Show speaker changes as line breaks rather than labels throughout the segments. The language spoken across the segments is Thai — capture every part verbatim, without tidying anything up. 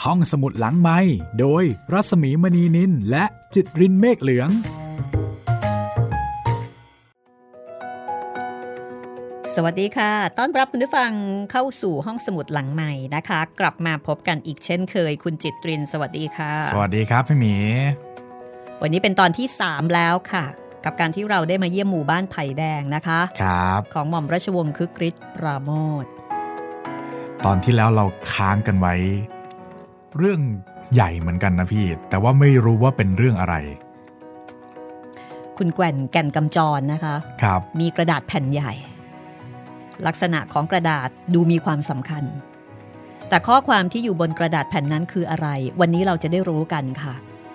ห้องสมุดหลังไมค์โดยรัศมีมณีนินและจิตรินเมฆเหลือง
สวัสดีค่ะต้อนรับคุณผู้ฟังเข้าสู่ห้องสมุดหลังใหม่นะคะกลับมาพบกันอีกเช่นเคยคุณจิตรินสวัสดีค่ะ
สวัสดีครับพี่หมี
วันนี้เป็นตอนที่สามแล้วค่ะกับการที่เราได้มาเยี่ยมหมู่บ้านไผ่แดงนะคะ
ครับ
ของหม่อมราชวงศ์คึกฤทธิ์ปราโมช
ตอนที่แล้วเราค้างกันไว้เรื่องใหญ่เหมือนกันนะพี่แต่ว่าไม่รู้ว่าเป็นเรื่องอะไร
คุณแก่นแก่นกำจรนะคะ
ครับ
มีกระดาษแผ่นใหญ่ลักษณะของกระดาษดูมีความสำคัญแต่ข้อความที่อยู่บนกระดาษแผ่นนั้นคืออะไรวันนี้เราจะได้รู้กันค่ะ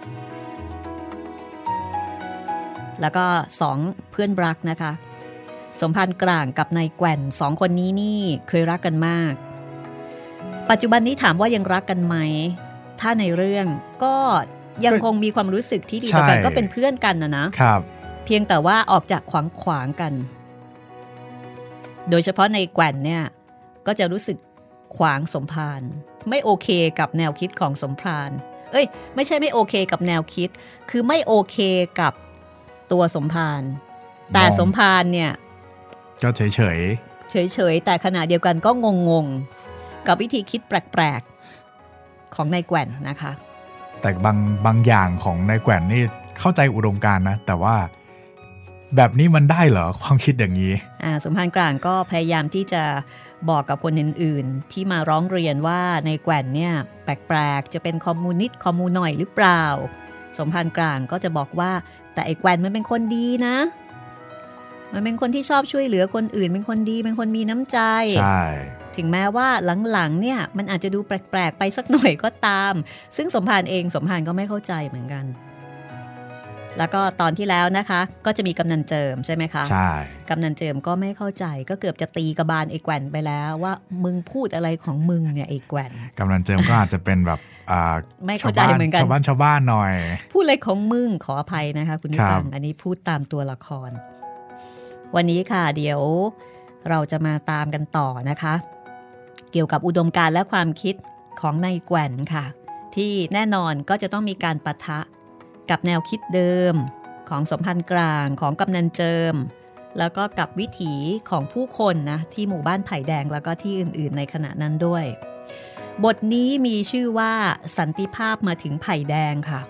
แล้วก็สองเพื่อนรักนะคะสมภารกลางกับนายแก่นสองคนนี้นี่เคยรักกันมากปัจจุบันนี้ถามว่ายังรักกันไหมถ้าในเรื่องก็ยังคงมีความรู้สึกที่ดีต่อกันก็เป็นเพื่อนกันนะนะครับเพียงแต่ว่าออกจากขวางขวางกันโดยเฉพาะในแก่นเนี่ยก็จะรู้สึกขวางสมภารไม่โอเคกับแนวคิดของสมภารเอ้ยไม่ใช่ไม่โอเคกับแนวคิดคือไม่โอเคกับตัวสมภารแต่สมภารเนี่ย
ก็เฉยเฉย
เฉยเฉยแต่ขณะเดียวกันก็งงงกับวิธีคิดแปลกๆของนายแก่นนะคะ
แต่บางบางอย่างของนายแก่นนี่เข้าใจอุดมการณ์นะแต่ว่าแบบนี้มันได้เหรอความคิดอย่างนี้
อ่าสมภารกลางก็พยายามที่จะบอกกับคนอื่นๆที่มาร้องเรียนว่าในแก่นเนี่ยแปลกๆจะเป็นคอมมูนิสต์คอมมูนอยหรือเปล่าสมภารกลางก็จะบอกว่าแต่ไอ้แก่นมันเป็นคนดีนะมันเป็นคนที่ชอบช่วยเหลือคนอื่นเป็นคนดีเป็นคนมีน้ำใจ
ใช่
ถึงแม้ว่าหลังๆเนี่ยมันอาจจะดูแปลกๆไปสักหน่อยก็ตามซึ่งสมภารเองสมภารก็ไม่เข้าใจเหมือนกันแล้วก็ตอนที่แล้วนะคะก็จะมีกำนันเจิมใช่ไหมคะ
ใช่
กำนันเจิมก็ไม่เข้าใจก็เกือบจะตีกระบาลไอ้แก่นไปแล้วว่ามึงพูดอะไรของมึงเนี่ยไอ้แก่น
กำนันเจิมก็อาจจะเป็นแบบ
ไม่เข้าใจเหมือนกัน
ชาวบ้านชาวบ้านหน่อย
พูดอะไรของมึงขออภัยนะคะคุณผู้ฟังอันนี้พูดตามตัวละครวันนี้ค่ะเดี๋ยวเราจะมาตามกันต่อนะคะเกี่ยวกับอุดมการณ์และความคิดของนายแก่นค่ะที่แน่นอนก็จะต้องมีการปะทะกับแนวคิดเดิมของสมภารกลางของกำนันเจิมแล้วก็กับวิถีของผู้คนนะที่หมู่บ้านไผ่แดงแล้วก็ที่อื่นๆในขณะนั้นด้วยบทนี้มีชื่อว่าสันติภาพมาถึงไผ่แดงค่ะ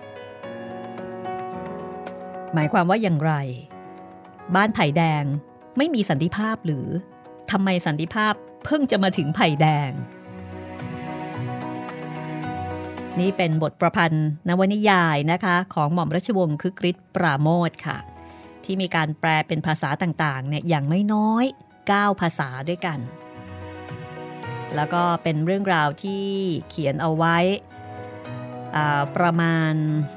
หมายความว่าอย่างไรบ้านไผ่แดงไม่มีสันติภาพหรือทำไมสันติภาพเพิ่งจะมาถึงไผ่แดงนี่เป็นบทประพันธ์นวนิยายนะคะของหม่อมราชวงศ์คึกฤทธิ์ปราโมชค่ะที่มีการแปลเป็นภาษาต่างๆเนี่ยอย่างน้อยๆเก้าภาษาด้วยกันแล้วก็เป็นเรื่องราวที่เขียนเอาไว้ประมาณ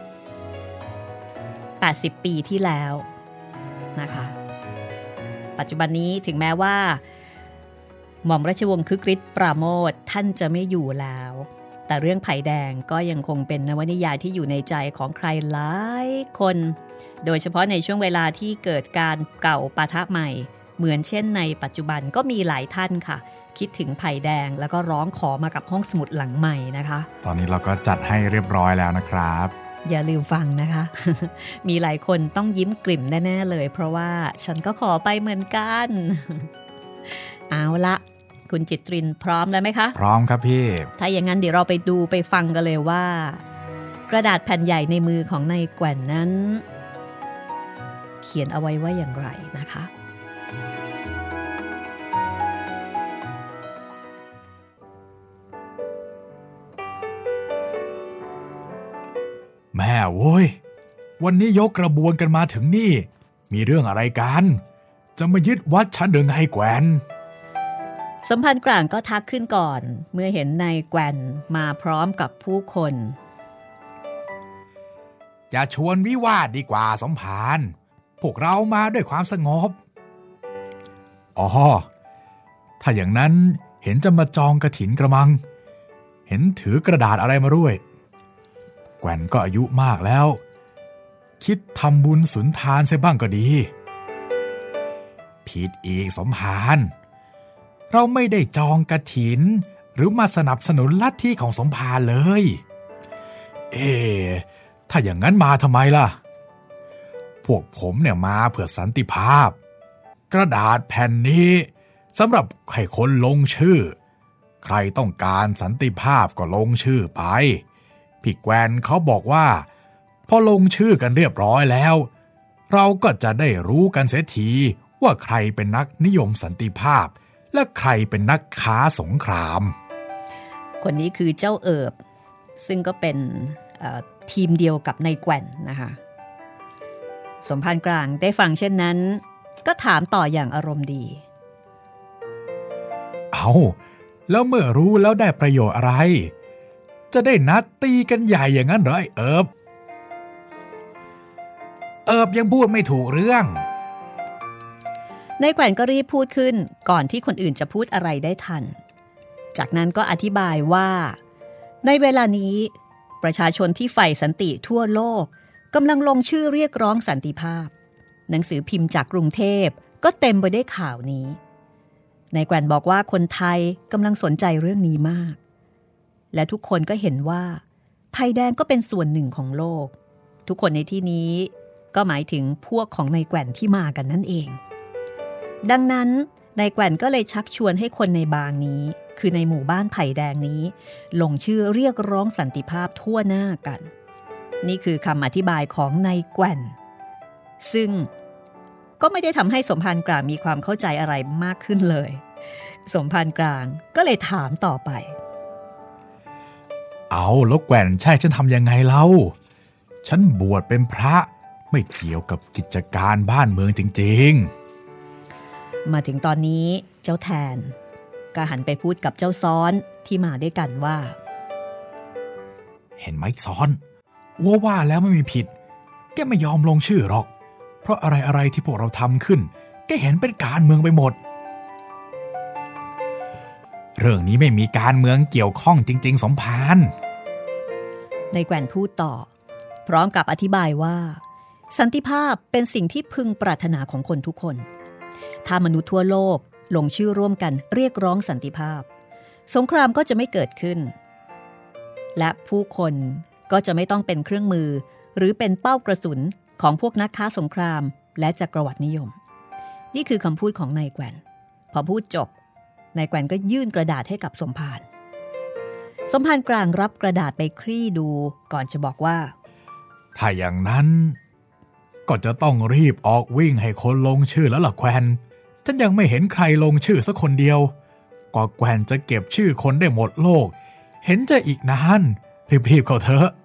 แปดสิบปีที่แล้วนะคะปัจจุบันนี้ถึงแม้ว่าหม่อมราชวงศ์คึกฤทธิ์ปราโมชท่านจะไม่อยู่แล้วแต่เรื่องไผ่แดงก็ยังคงเป็นนวนิยายที่อยู่ในใจของใครหลายคนโดยเฉพาะในช่วงเวลาที่เกิดการเก่าปะทะใหม่เหมือนเช่นในปัจจุบันก็มีหลายท่านค่ะคิดถึงไผ่แดงแล้วก็ร้องขอมากับห้องสมุดหลังใหม่นะคะ
ตอนนี้เราก็จัดให้เรียบร้อยแล้วนะครับ
อย่าลืมฟังนะคะ มีหลายคนต้องยิ้มกลิ่มแน่ๆเลยเพราะว่าฉันก็ขอไปเหมือนกัน เอาละคุณจิตรินพร้อมแล้วไหมคะ
พร้อมครับพี่
ถ้าอย่างนั้นเดี๋ยวเราไปดูไปฟังกันเลยว่ากระดาษแผ่นใหญ่ในมือของนายแก่นนั้นเขียนเอาไว้ว่าอย่างไรนะคะ
แม่โว้ยวันนี้ยกกระบวนกันมาถึงนี่มีเรื่องอะไรกันจะมายึดวัดฉันหรือไงแก่น
สมภารกลางก็ทักขึ้นก่อนเมื่อเห็นนายแก่นมาพร้อมกับผู้คน
อย่าชวนวิวาทดีกว่าสมภารพวกเรามาด้วยความสงบอ๋อถ้าอย่างนั้นเห็นจะมาจองกฐินกระมังเห็นถือกระดาษอะไรมาด้วยแก่นก็อายุมากแล้วคิดทำบุญสุนทานเสียบ้างก็ดีผิดอีกสมภารเราไม่ได้จองกฐินหรือมาสนับสนุนลัทธิของสมภารเลยเอ๊ะถ้าอย่างนั้นมาทำไมล่ะพวกผมเนี่ยมาเพื่อสันติภาพกระดาษแผ่นนี้สำหรับให้คนลงชื่อใครต้องการสันติภาพก็ลงชื่อไปพี่แกวนเขาบอกว่าพอลงชื่อกันเรียบร้อยแล้วเราก็จะได้รู้กันเสียทีว่าใครเป็นนักนิยมสันติภาพและใครเป็นนักค้าสงคราม
คนนี้คือเจ้าเอิบซึ่งก็เป็นทีมเดียวกับนายแกวนนะคะสมภารกลางได้ฟังเช่นนั้นก็ถามต่ออย่างอารมณ์ดี
เอาแล้วเมื่อรู้แล้วได้ประโยชน์อะไรจะได้นัดตีกันใหญ่อย่างนั้นเหรอไอ้เอิบเอิบยังพูดไม่ถูกเรื่อง
นายแกวนก็รีบพูดขึ้นก่อนที่คนอื่นจะพูดอะไรได้ทันจากนั้นก็อธิบายว่าในเวลานี้ประชาชนที่ใฝ่สันติทั่วโลกกำลังลงชื่อเรียกร้องสันติภาพหนังสือพิมพ์จากกรุงเทพก็เต็มไปด้วยข่าวนี้นายแกวนบอกว่าคนไทยกำลังสนใจเรื่องนี้มากและทุกคนก็เห็นว่าภัยแดงก็เป็นส่วนหนึ่งของโลกทุกคนในที่นี้ก็หมายถึงพวกของนายแกวนที่มากันนั่นเองดังนั้นนายแกวนก็เลยชักชวนให้คนในบางนี้คือในหมู่บ้านไผ่แดงนี้ลงชื่อเรียกร้องสันติภาพทั่วหน้ากันนี่คือคำอธิบายของนายแกวนซึ่งก็ไม่ได้ทำให้สมภารกลางมีความเข้าใจอะไรมากขึ้นเลยสมภารกลางก็เลยถามต่อไป
เอาแล้วแกวนใช่ฉันทำยังไงเล่าฉันบวชเป็นพระไม่เกี่ยวกับกิจการบ้านเมืองจริง
ๆมาถึงตอนนี้เจ้าแทนก็หันไปพูดกับเจ้าซ้อนที่มาด้วยกันว่า
เห็นไหมซ้อนว่าว่าแล้วไม่มีผิดแกไม่ยอมลงชื่อหรอกเพราะอะไรอะไรที่พวกเราทำขึ้นแกเห็นเป็นการเมืองไปหมดเรื่องนี้ไม่มีการเมืองเกี่ยวข้องจริงๆสมภาร
นายแกวนพูดต่อพร้อมกับอธิบายว่าสันติภาพเป็นสิ่งที่พึงปรารถนาของคนทุกคนถ้ามนุษย์ทั่วโลกลงชื่อร่วมกันเรียกร้องสันติภาพสงครามก็จะไม่เกิดขึ้นและผู้คนก็จะไม่ต้องเป็นเครื่องมือหรือเป็นเป้ากระสุนของพวกนักค้าสงครามและจักรวรรดินิยมนี่คือคำพูดของนายแกวนพอพูดจบนายแกวนก็ยื่นกระดาษให้กับสมภารสมภารกลางรับกระดาษไปคลี่ดูก่อนจะบอกว่า
ถ้าอย่างนั้นก็จะต้องรีบออกวิ่งให้คนลงชื่อแล้วล่ะแกวนฉันยังไม่เห็นใครลงชื่อสักคนเดียวกว่าแกวนจะเก็บชื่อคนได้หมดโลกเห็นจะอีกนานรีบๆเข้าเถอะ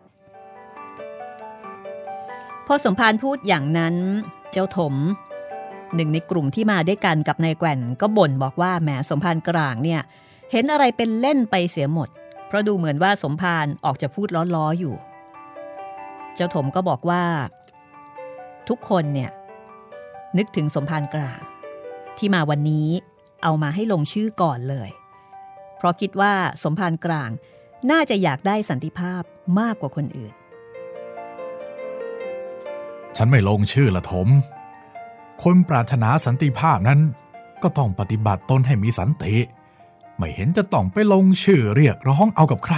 พอสมภารพูดอย่างนั้นเจ้าถมหนึ่งในกลุ่มที่มาด้วยกันกับนายแกวนก็บ่นบอกว่าแหมสมภารกลางเนี่ยเห็นอะไรเป็นเล่นไปเสียหมดเพราะดูเหมือนว่าสมภารออกจะพูดล้อๆอยู่เจ้าถมก็บอกว่าทุกคนเนี่ยนึกถึงสมภารกลางที่มาวันนี้เอามาให้ลงชื่อก่อนเลยเพราะคิดว่าสมภารกลางน่าจะอยากได้สันติภาพมากกว่าคนอื่น
ฉันไม่ลงชื่อละถมคนปรารถนาสันติภาพนั้นก็ต้องปฏิบัติตนให้มีสันติไม่เห็นจะต้องไปลงชื่อเรียกร้องเอากับใคร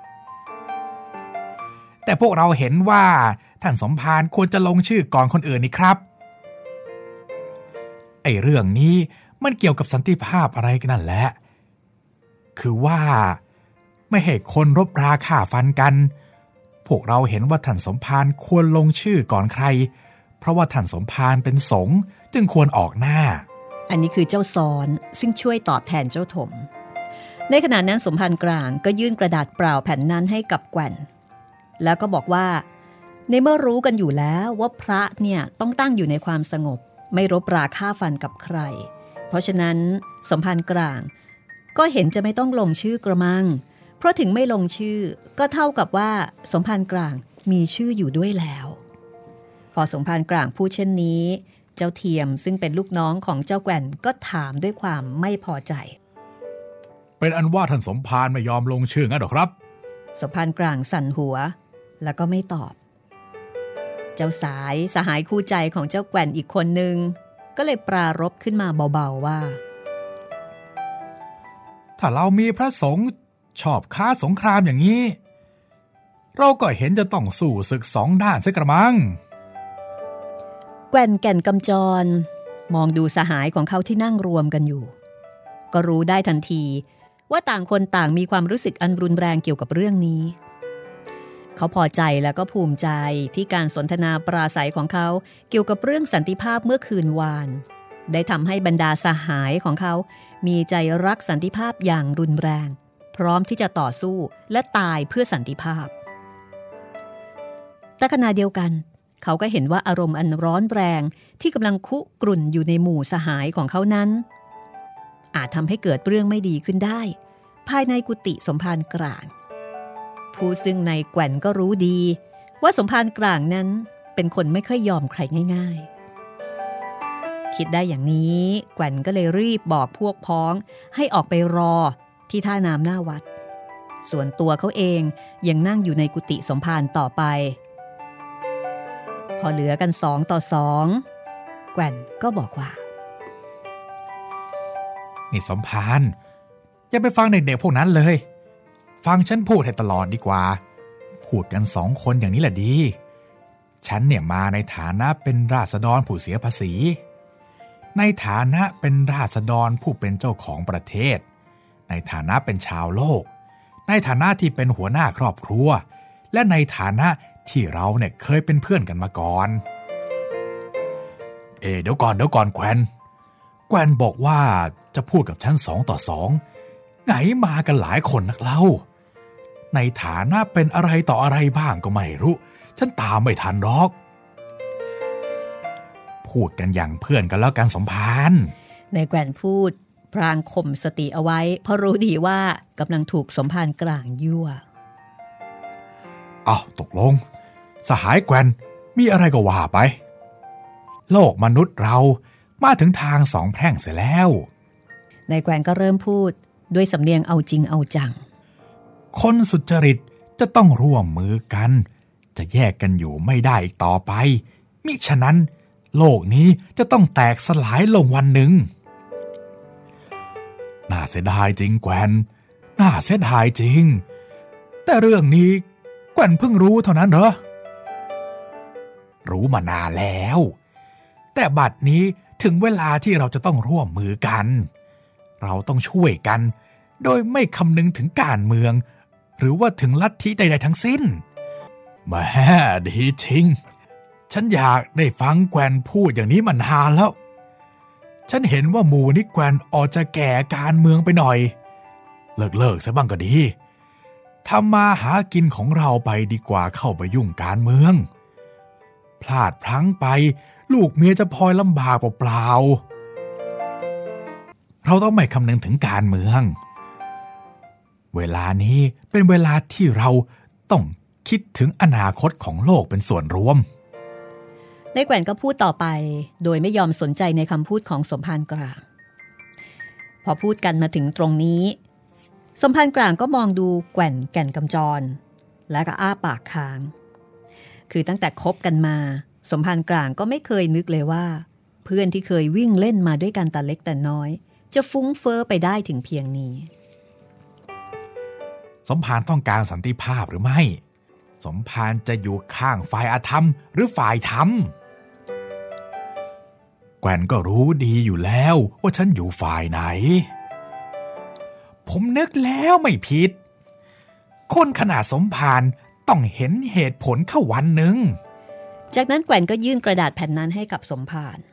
แต่พวกเราเห็นว่าท่านสมภารควรจะลงชื่อก่อนคนอื่นนี่ครับไอ้เรื่องนี้มันเกี่ยวกับสันติภาพอะไรกันนั่นแหละคือว่าไม่ให้คนรบราฆ่าฟันกันพวกเราเห็นว่าท่านสมภารควรลงชื่อก่อนใครเพราะว่าท่านสมภารเป็นสงฆ์จึงควรออกหน้า
อันนี้คือเจ้าซ้อนซึ่งช่วยตอบแทนเจ้าถมในขณะนั้นสมภารกลางก็ยื่นกระดาษเปล่าแผ่นนั้นให้กับแกวนแล้วก็บอกว่าในเมื่อรู้กันอยู่แล้วว่าพระเนี่ยต้องตั้งอยู่ในความสงบไม่รบราฆ่าฟันกับใครเพราะฉะนั้นสมภารกลางก็เห็นจะไม่ต้องลงชื่อกระมังเพราะถึงไม่ลงชื่อก็เท่ากับว่าสมภารกลางมีชื่ออยู่ด้วยแล้วพอสมภารกลางพูดเช่นนี้เจ้าเทียมซึ่งเป็นลูกน้องของเจ้าแกวนก็ถามด้วยความไม่พอใจ
เป็นอันว่าท่านสมภารไม่ยอมลงชื่องั้นหรอครับ
สมภารกลางสั่นหัวแล้วก็ไม่ตอบเจ้าสายสหายคู่ใจของเจ้าแกวนอีกคนนึงก็เลยปรารภขึ้นมาเบาๆว่า
ถ้าเรามีพระสงฆ์ชอบค้าสงครามอย่างนี้เราก็เห็นจะต้องสู้ศึกสองด้านเสียกระมัง
แก่นแก่นกำจรมองดูสหายของเขาที่นั่งรวมกันอยู่ก็รู้ได้ทันทีว่าต่างคนต่างมีความรู้สึกอันรุนแรงเกี่ยวกับเรื่องนี้เขาพอใจและก็ภูมิใจที่การสนทนาปราศัยของเขาเกี่ยวกับเรื่องสันติภาพเมื่อคืนวานได้ทำให้บรรดาสหายของเขามีใจรักสันติภาพอย่างรุนแรงพร้อมที่จะต่อสู้และตายเพื่อสันติภาพแต่ขณะเดียวกันเขาก็เห็นว่าอารมณ์อันร้อนแรงที่กำลังคุกรุ่นอยู่ในหมู่สหายของเขานั้นอาจทำให้เกิดเรื่องไม่ดีขึ้นได้ภายในกุฏิสมภารกลางผู้ซึ่งในแก่นก็รู้ดีว่าสมภารกลางนั้นเป็นคนไม่ค่อยยอมใครง่ายๆคิดได้อย่างนี้แก่นก็เลยรีบบอกพวกพ้องให้ออกไปรอที่ท่าน้ำหน้าวัดส่วนตัวเขาเองยังนั่งอยู่ในกุฏิสมภารต่อไปพอเหลือกันสองต่อสองแก่นก็บอกว่า
นี่สมภารอย่าไปฟังเด็กๆพวกนั้นเลยฟังฉันพูดให้ตลอดดีกว่าพูดกันสองคนอย่างนี้แหละดีฉันเนี่ยมาในฐานะเป็นราษฎรผู้เสียภาษีในฐานะเป็นราษฎรผู้เป็นเจ้าของประเทศในฐานะเป็นชาวโลกในฐานะที่เป็นหัวหน้าครอบครัวและในฐานะที่เราเนี่ยเคยเป็นเพื่อนกันมาก่อนเอเดี๋ยวก่อนเดี๋ยวก่อนแควนแควนบอกว่าจะพูดกับฉันสองต่อสองไงมากันหลายคนนักเล่าในฐานะเป็นอะไรต่ออะไรบ้างก็ไม่รู้ฉันตามไม่ทันหรอกพูดกันอย่างเพื่อนกันแล้วกันสมภาร
ในแกวนพูดพรางข่มสติเอาไว้เพราะรู้ดีว่ากำลังถูกสมภารกลางยั่ว
อ้าวตกลงสหายแกวนมีอะไรก็ว่าไปโลกมนุษย์เรามาถึงทางสองแพร่งเสียแล้ว
ในแกวนก็เริ่มพูดด้วยสำเนียงเอาจริงเอาจัง
คนสุจริตจะต้องร่วมมือกันจะแยกกันอยู่ไม่ได้อีกต่อไปมิฉะนั้นโลกนี้จะต้องแตกสลายลงวันหนึ่งน่าเสียดายจริงแกวนน่าเสียดายจริงแต่เรื่องนี้แกวนเพิ่งรู้เท่านั้นเหรอรู้มานานแล้วแต่บัดนี้ถึงเวลาที่เราจะต้องร่วมมือกันเราต้องช่วยกันโดยไม่คำนึงถึงการเมืองหรือว่าถึงลัทธิใดๆทั้งสิ้นแหมดีจริงฉันอยากได้ฟังแกวนพูดอย่างนี้มานานแล้วฉันเห็นว่าหมู่นี่แกวนออกจะแก่การเมืองไปหน่อยเลิกเลิกซะบ้างก็ดีทำมาหากินของเราไปดีกว่าเข้าไปยุ่งการเมืองพลาดพลั้งไปลูกเมียจะพลอยลำบากเปล่าๆเราต้องไม่คำนึงถึงการเมืองเวลานี้เป็นเวลาที่เราต้องคิดถึงอนาคตของโลกเป็นส่วนรวม
ในแกวนก็พูดต่อไปโดยไม่ยอมสนใจในคำพูดของสมภารกลางพอพูดกันมาถึงตรงนี้สมภารกลางก็มองดูแกวนแก่นกำจรและก็อ้าปากค้างคือตั้งแต่คบกันมาสมภารกลางก็ไม่เคยนึกเลยว่าเพื่อนที่เคยวิ่งเล่นมาด้วยกันแต่เล็กแต่น้อยจะฟุ้งเฟ้อไปได้ถึงเพียงนี้
สมภารต้องการสันติภาพหรือไม่สมภารจะอยู่ข้างฝ่ายอธรรมหรือฝ่ายธรรมแกวนก็รู้ดีอยู่แล้วว่าฉันอยู่ฝ่ายไหนผมนึกแล้วไม่ผิดคนขนาดสมภารต้องเห็นเหตุผลเข้าวันหนึ่ง
จากนั้นแกวนก็ยื่นกระดาษแผ่นนั้นให้กับสมภาร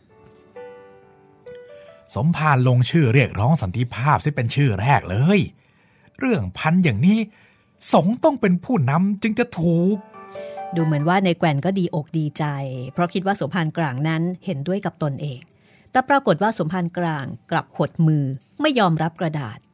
สมภารลงชื่อเรียกร้องสันติภาพซึ่งเป็นชื่อแรกเลยเรื่องพันอย่างนี้สงฆ์ต้องเป็นผู้นำจึงจะถูก
ดูเหมือนว่าในแกวนก็ดีอกดีใจเพราะคิดว่าสมภารกลางนั้นเห็นด้วยกับตนเองแต่ปรากฏว่าสมภารกลางกลับหดมือไม่ยอมรับกระดาษ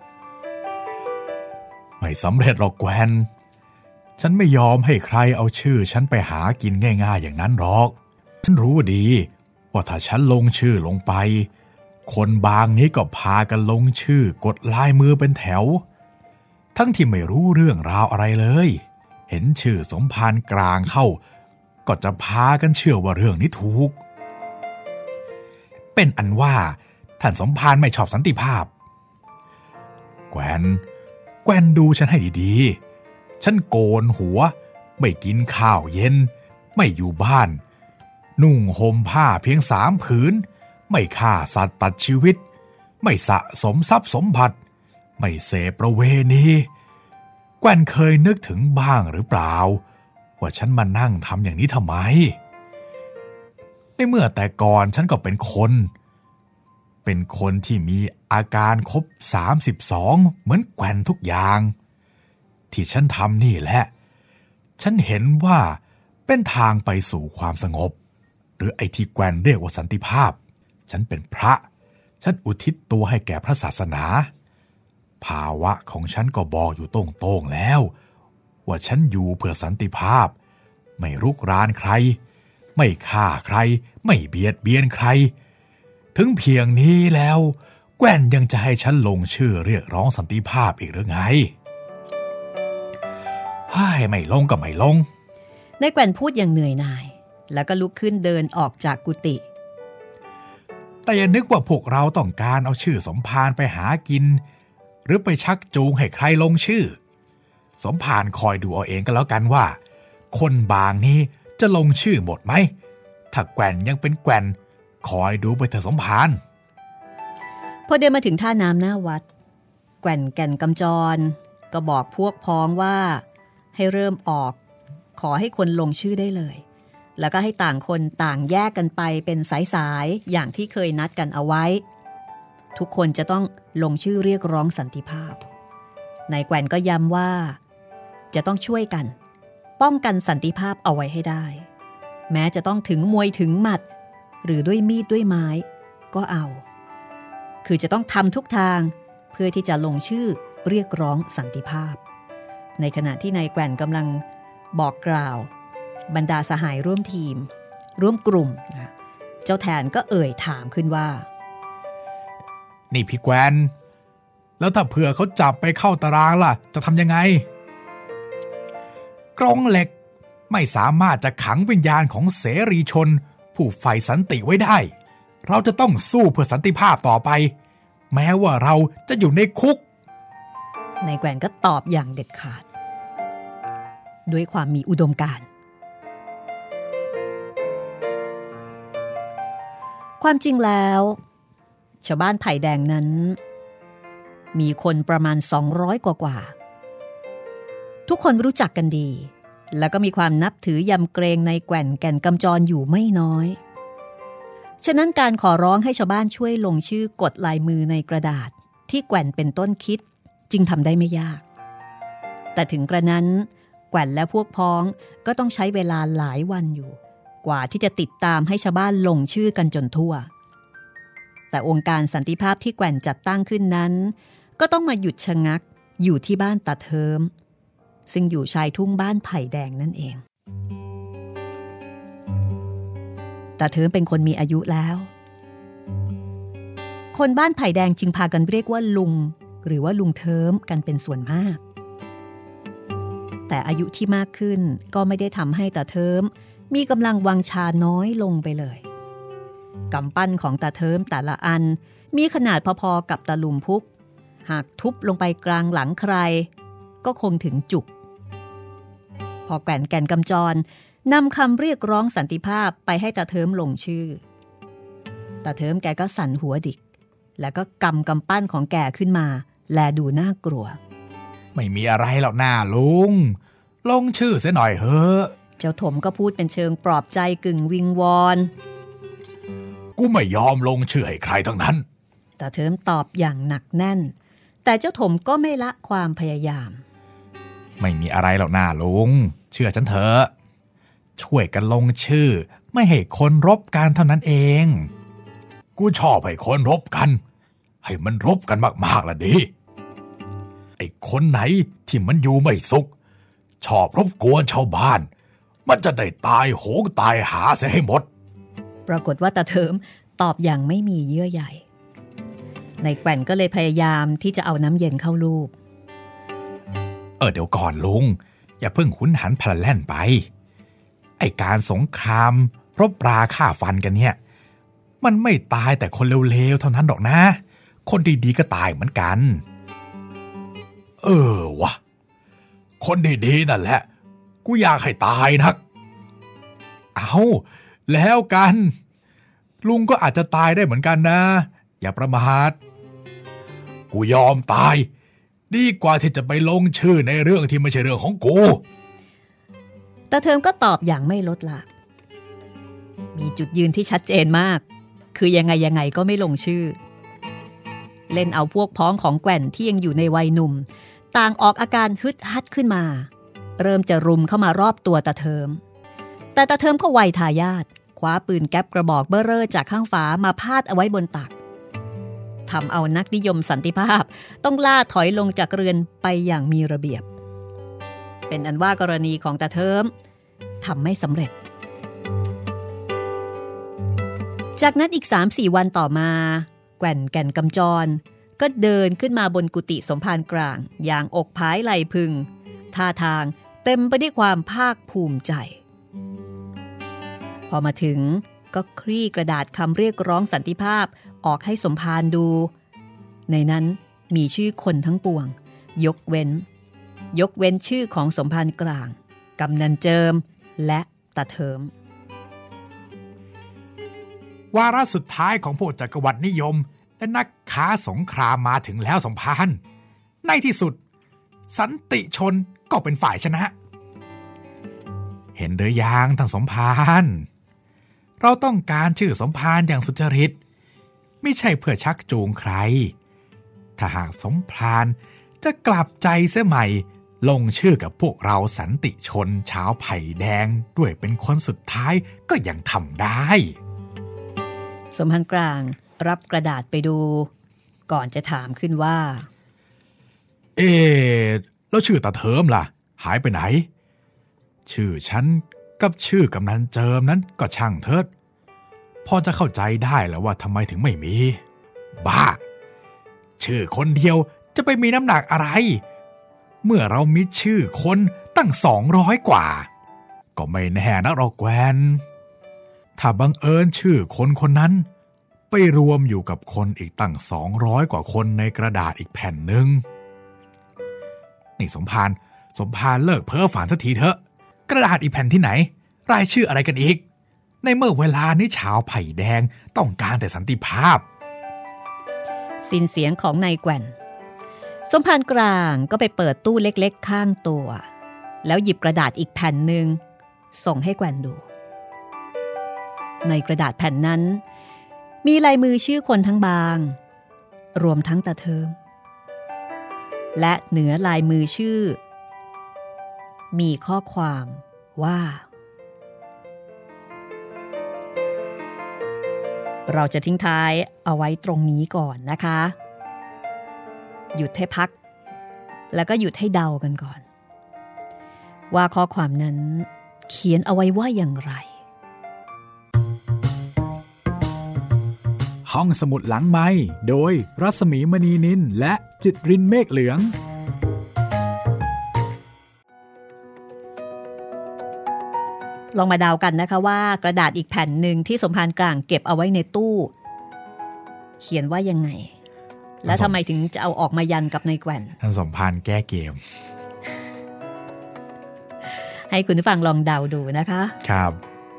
ไม่สำเร็จหรอกแกวนฉันไม่ยอมให้ใครเอาชื่อฉันไปหากินง่ายๆอย่างนั้นหรอกฉันรู้ดีว่าถ้าฉันลงชื่อลงไปคนบางนี้ก็พากันลงชื่อกดลายมือเป็นแถวทั้งที่ไม่รู้เรื่องราวอะไรเลยเห็นชื่อสมภารกลางเข้าก็จะพากันเชื่อว่าเรื่องนี้ถูกเป็นอันว่าท่านสมภารไม่ชอบสันติภาพแกวนแแกว่นดูฉันให้ดีๆฉันโกนหัวไม่กินข้าวเย็นไม่อยู่บ้านนุ่งห่มผ้าเพียงสามผืนไม่ฆ่าสัตว์ตัดชีวิตไม่สะสมทรัพย์สมบัติไม่เสพประเวณีแกว่นเคยนึกถึงบ้างหรือเปล่าว่าฉันมานั่งทำอย่างนี้ทำไมในเมื่อแต่ก่อนฉันก็เป็นคนเป็นคนที่มีอาการครบสามสิบสองเหมือนแกว่นทุกอย่างที่ฉันทำนี่แหละฉันเห็นว่าเป็นทางไปสู่ความสงบหรือไอ้ที่แกว่นเรียกว่าสันติภาพฉันเป็นพระฉันอุทิศตัวให้แก่พระศาสนาภาวะของฉันก็บอกอยู่ตรงๆแล้วว่าฉันอยู่เพื่อสันติภาพไม่รุกรานใครไม่ฆ่าใครไม่เบียดเบียนใครถึงเพียงนี้แล้วแกว่นยังจะให้ฉันลงชื่อเรียกร้องสันติภาพอีกหรือไงให้ไม่ลงก็ไม่ลง
นายแกว่นพูดอย่างเหนื่อยหน่ายแล้วก็ลุกขึ้นเดินออกจากกุฏิ
แต่อย่านึกว่าพวกเราต้องการเอาชื่อสมภารไปหากินหรือไปชักจูงให้ใครลงชื่อสมภารคอยดูเอาเองก็แล้วกันว่าคนบางนี้จะลงชื่อหมดไหมถ้าแกว่นยังเป็นแกว่นคอยดูไปเถอะสมภาร
พอเดินมาถึงท่าน้ำหน้าวัดแกว่นแก่นกำจรก็บอกพวกพ้องว่าให้เริ่มออกขอให้คนลงชื่อได้เลยแล้วก็ให้ต่างคนต่างแยกกันไปเป็นสายๆอย่างที่เคยนัดกันเอาไว้ทุกคนจะต้องลงชื่อเรียกร้องสันติภาพนายแกว่นก็ย้ำว่าจะต้องช่วยกันป้องกันสันติภาพเอาไว้ให้ได้แม้จะต้องถึงมวยถึงหมัดหรือด้วยมีดด้วยไม้ก็เอาคือจะต้องทำทุกทางเพื่อที่จะลงชื่อเรียกร้องสันติภาพในขณะที่นายแกว่นกำลังบอกกล่าวบรรดาสหายร่วมทีมร่วมกลุ่มนะเจ้าแทนก็เอ่ยถามขึ้นว่า
นี่พี่แกว่นแล้วถ้าเผื่อเขาจับไปเข้าตารางล่ะจะทำยังไงกรงเหล็กไม่สามารถจะขังวิญญาณของเสรีชนผู้ใฝ่สันติไว้ได้เราจะต้องสู้เพื่อสันติภาพต่อไปแม้ว่าเราจะอยู่ในคุก
นายแกว่นก็ตอบอย่างเด็ดขาดด้วยความมีอุดมการณ์ความจริงแล้วชาวบ้านไผ่แดงนั้นมีคนประมาณสองร้อยกว่าๆทุกคนรู้จักกันดีแล้วก็มีความนับถือยำเกรงในแกว่นแก่นกำจรอยู่ไม่น้อยฉะนั้นการขอร้องให้ชาวบ้านช่วยลงชื่อกดลายมือในกระดาษที่แกว่นเป็นต้นคิดจึงทำได้ไม่ยากแต่ถึงกระนั้นแกว่นและพวกพ้องก็ต้องใช้เวลาหลายวันอยู่กว่าที่จะติดตามให้ชาวบ้านลงชื่อกันจนทั่วแต่องค์การสันติภาพที่แกว่นจัดตั้งขึ้นนั้นก็ต้องมาหยุดชะงักอยู่ที่บ้านตาเทิมซึ่งอยู่ชายทุ่งบ้านไผ่แดงนั่นเองตาเทิมเป็นคนมีอายุแล้วคนบ้านไผ่แดงจึงพากันเรียกว่าลุงหรือว่าลุงเทิมกันเป็นส่วนมากแต่อายุที่มากขึ้นก็ไม่ได้ทำให้ตาเทิมมีกำลังวังชาน้อยลงไปเลยกำปั้นของตาเทิมแต่ละอันมีขนาดพอๆกับตะลุมพุกหากทุบลงไปกลางหลังใครก็คงถึงจุกพอแก่นแก่นกำจรนำคำเรียกร้องสันติภาพไปให้ตาเทิมลงชื่อตาเทิมแกก็สั่นหัวดิกแล้วก็กำกำปั้นของแกขึ้นมาแลดูน่ากลัว
ไม่มีอะไรหรอกหน้าลุงลงชื่อเสียหน่อยเถอะ
เจ้าถมก็พูดเป็นเชิงปลอบใจกึ่งวิงวอน
กูไม่ยอมลงชื่อให้ใครทั้งนั้น
ตาเทิมตอบอย่างหนักแน่นแต่เจ้าถมก็ไม่ละความพยายาม
ไม่มีอะไรหรอกหน้าลุงเชื่อฉันเถอะช่วยกันลงชื่อไม่ให้คนรบกันเท่านั้นเองกูชอบให้คนรบกันให้มันรบกันมากๆล่ะดิไอ้คนไหนที่มันอยู่ไม่สุขชอบรบกวนชาวบ้านมันจะได้ตายโหงตายหาเสียให้หมด
ปรากฏว่าตาเทิมตอบอย่างไม่มีเยื่อใยนายแกว่นก็เลยพยายามที่จะเอาน้ำเย็นเข้าลูบ
เออเดี๋ยวก่อนลุงอย่าเพิ่งหุนหันพลันแล่นไปไอ้การสงครามรบราฆ่าฟันกันเนี่ยมันไม่ตายแต่คนเลวๆเท่านั้นหรอกนะคนดีๆก็ตายเหมือนกันเอเออวะคนดีๆนั่นแหละกูอยากให้ตายนักเอาแล้วกันลุงก็อาจจะตายได้เหมือนกันนะอย่าประมาทกูยอมตายดีกว่าที่จะไปลงชื่อในเรื่องที่ไม่ใช่เรื่องของกู
ตาเทิมก็ตอบอย่างไม่ลดละมีจุดยืนที่ชัดเจนมากคือยังไงยังไงก็ไม่ลงชื่อเล่นเอาพวกพ้องของแก่นที่ยังอยู่ในวัยหนุ่มต่างออกอาการฮึดฮัดขึ้นมาเริ่มจะรุมเข้ามารอบตัวตาเทิมแต่ตาเทิมก็ไวทายาทคว้าปืนแก๊ปกระบอกเบ้อเร่อจากข้างฝามาพาดเอาไว้บนตักทำเอานักนิยมสันติภาพต้องล่าถอยลงจากเรือนไปอย่างมีระเบียบเป็นอันว่ากรณีของตาเทิมทำไม่สำเร็จจากนั้นอีก สามสี่ วันต่อมาแก่นแก่นกำจรก็เดินขึ้นมาบนกุฏิสมภารกลางอย่างอกผายไหล่พึงท่าทางเต็มไปด้วยความภาคภูมิใจพอมาถึงก็คลี่กระดาษคำเรียกร้องสันติภาพออกให้สมภารดูในนั้นมีชื่อคนทั้งปวงยกเว้นยกเว้นชื่อของสมภารกลางกำนันเจิมและตาเทิม
วาระสุดท้ายของพวกจักรวรรดินิยมและนักค้าสงครามมาถึงแล้วสมภารในที่สุดสันติชนก็เป็นฝ่ายชนะเห็นหรือยังท่านสมภารเราต้องการชื่อสมภารอย่างสุจริตไม่ใช่เพื่อชักจูงใครถ้าหากสมภารจะกลับใจเสียใหม่ลงชื่อกับพวกเราสันติชนชาวไผ่แดงด้วยเป็นคนสุดท้ายก็ยังทำได้
สมภารกลางรับกระดาษไปดูก่อนจะถามขึ้นว่า
เอ๊ะแล้วชื่อตาเทิมล่ะหายไปไหนชื่อฉันกับชื่อกำนันเจิมนั้นก็ช่างเถิดพอจะเข้าใจได้แล้วว่าทำไมถึงไม่มีบ้าชื่อคนเดียวจะไปมีน้ำหนักอะไรเมื่อเรามีชื่อคนตั้งสองร้อยกว่าก็ไม่แน่นะเราแกวนถ้าบังเอิญชื่อคนคนนั้นไปรวมอยู่กับคนอีกตั้งสองร้อยกว่าคนในกระดาษอีกแผ่นหนึ่งนี่สมภารสมภารเลิกเพ้อฝันสักทีเถอะกระดาษอีกแผ่นที่ไหนรายชื่ออะไรกันอีกในเมื่อเวลานี้ชาวไผ่แดงต้องการแต่สันติภาพ
สิ้นเสียงของนายแก่นสมภารกลางก็ไปเปิดตู้เล็กๆข้างตัวแล้วหยิบกระดาษอีกแผ่นหนึ่งส่งให้แก่นดูในกระดาษแผ่นนั้นมีลายมือชื่อคนทั้งบางรวมทั้งตาเทิมและเหนือลายมือชื่อมีข้อความว่าเราจะทิ้งท้ายเอาไว้ตรงนี้ก่อนนะคะหยุดให้พักแล้วก็หยุดให้เดากันก่อนว่าข้อความนั้นเขียนเอาไว้ว่าอย่างไร
ห้องสมุดหลังไมค์โดยรัศมีมณีนินและจิตรินเมฆเหลือง
ลองมาเดากันนะคะว่ากระดาษอีกแผ่นหนึ่งที่สมภารกลางเก็บเอาไว้ในตู้เขียนว่ายังไงแล้วทำไมถึงจะเอาออกมายันกับนายแก่น
ท่านสมภารแก้เกม
ให้คุณผู้ฟังลองเดาดูนะคะ
ครับ